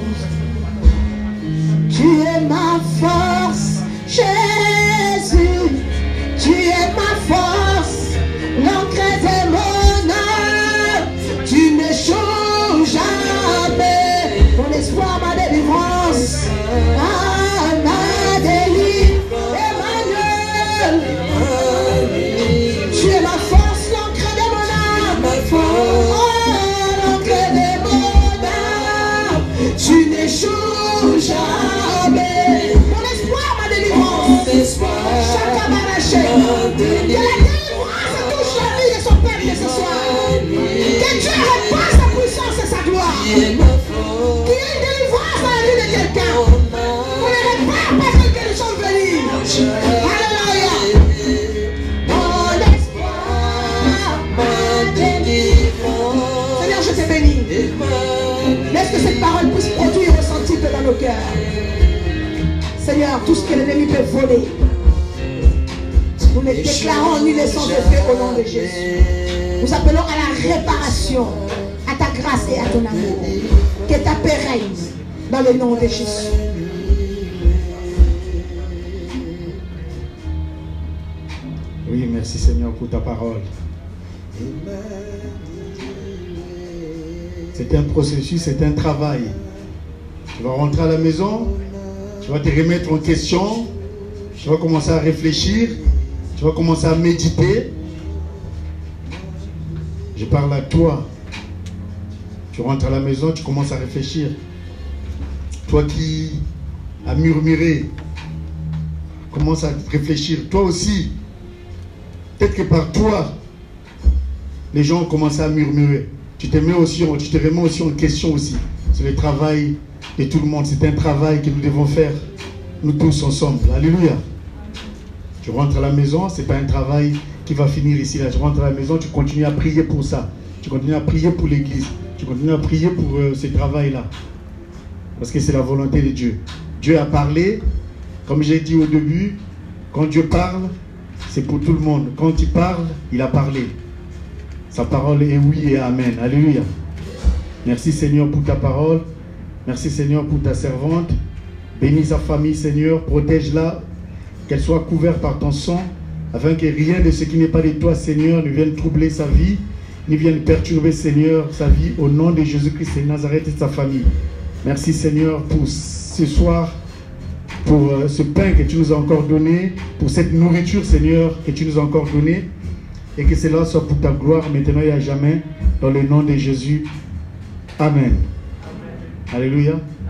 Tu es ma force, Jésus, tu es ma force, l'ancre de mon âme, tu ne changes jamais. Mon espoir, ma délivrance, ah, ma délivrance, Emmanuel. Tu es ma force, l'ancre de mon âme, oh, l'ancre de mon âme, tu ne changes jamais. Mon espoir, ma délivrance, chacun m'a lâché. Que la délivrance touche la vie de son peuple ce soir. Que Dieu repasse sa puissance et sa gloire. Qu'il y ait une délivrance dans la vie de quelqu'un. On ne répare parce que nous sommes venus. Alléluia. Mon espoir, ma délivrance. Seigneur, je te bénis. Laisse que cette parole puisse produire et ressentir dans nos cœurs. Seigneur, tout ce que l'ennemi peut voler, nous ne déclarons ni les sons de Dieu au nom de Jésus. Nous appelons à la réparation, à ta grâce et à ton amour. Que ta paix règne dans le nom de Jésus. Oui, merci Seigneur pour ta parole. C'est un processus, c'est un travail. Tu vas rentrer à la maison, tu vas te remettre en question, tu vas commencer à réfléchir, tu vas commencer à méditer. Je parle à toi. Tu rentres à la maison, tu commences à réfléchir. Toi qui as murmuré, commence à réfléchir. Toi aussi, peut-être que par toi, les gens ont commencé à murmurer. Tu te mets aussi, tu te remets aussi en question aussi. C'est le travail de tout le monde. C'est un travail que nous devons faire, nous tous ensemble. Alléluia. Tu rentres à la maison, ce n'est pas un travail qui va finir ici. Là. Tu rentres à la maison, tu continues à prier pour ça. Tu continues à prier pour l'église. Tu continues à prier pour euh, ce travail-là. Parce que c'est la volonté de Dieu. Dieu a parlé, comme j'ai dit au début, quand Dieu parle, c'est pour tout le monde. Quand il parle, il a parlé. Sa parole est oui et amen. Alléluia. Merci Seigneur pour ta parole. Merci Seigneur pour ta servante. Bénis sa famille Seigneur. Protège-la. Qu'elle soit couverte par ton sang. Afin que rien de ce qui n'est pas de toi Seigneur ne vienne troubler sa vie. Ni vienne perturber Seigneur sa vie. Au nom de Jésus-Christ de Nazareth et de sa famille. Merci Seigneur pour ce soir. Pour euh, ce pain que tu nous as encore donné. Pour cette nourriture Seigneur que tu nous as encore donnée. Et que cela soit pour ta gloire maintenant et à jamais. Dans le nom de Jésus. Amen. Amen. Alléluia.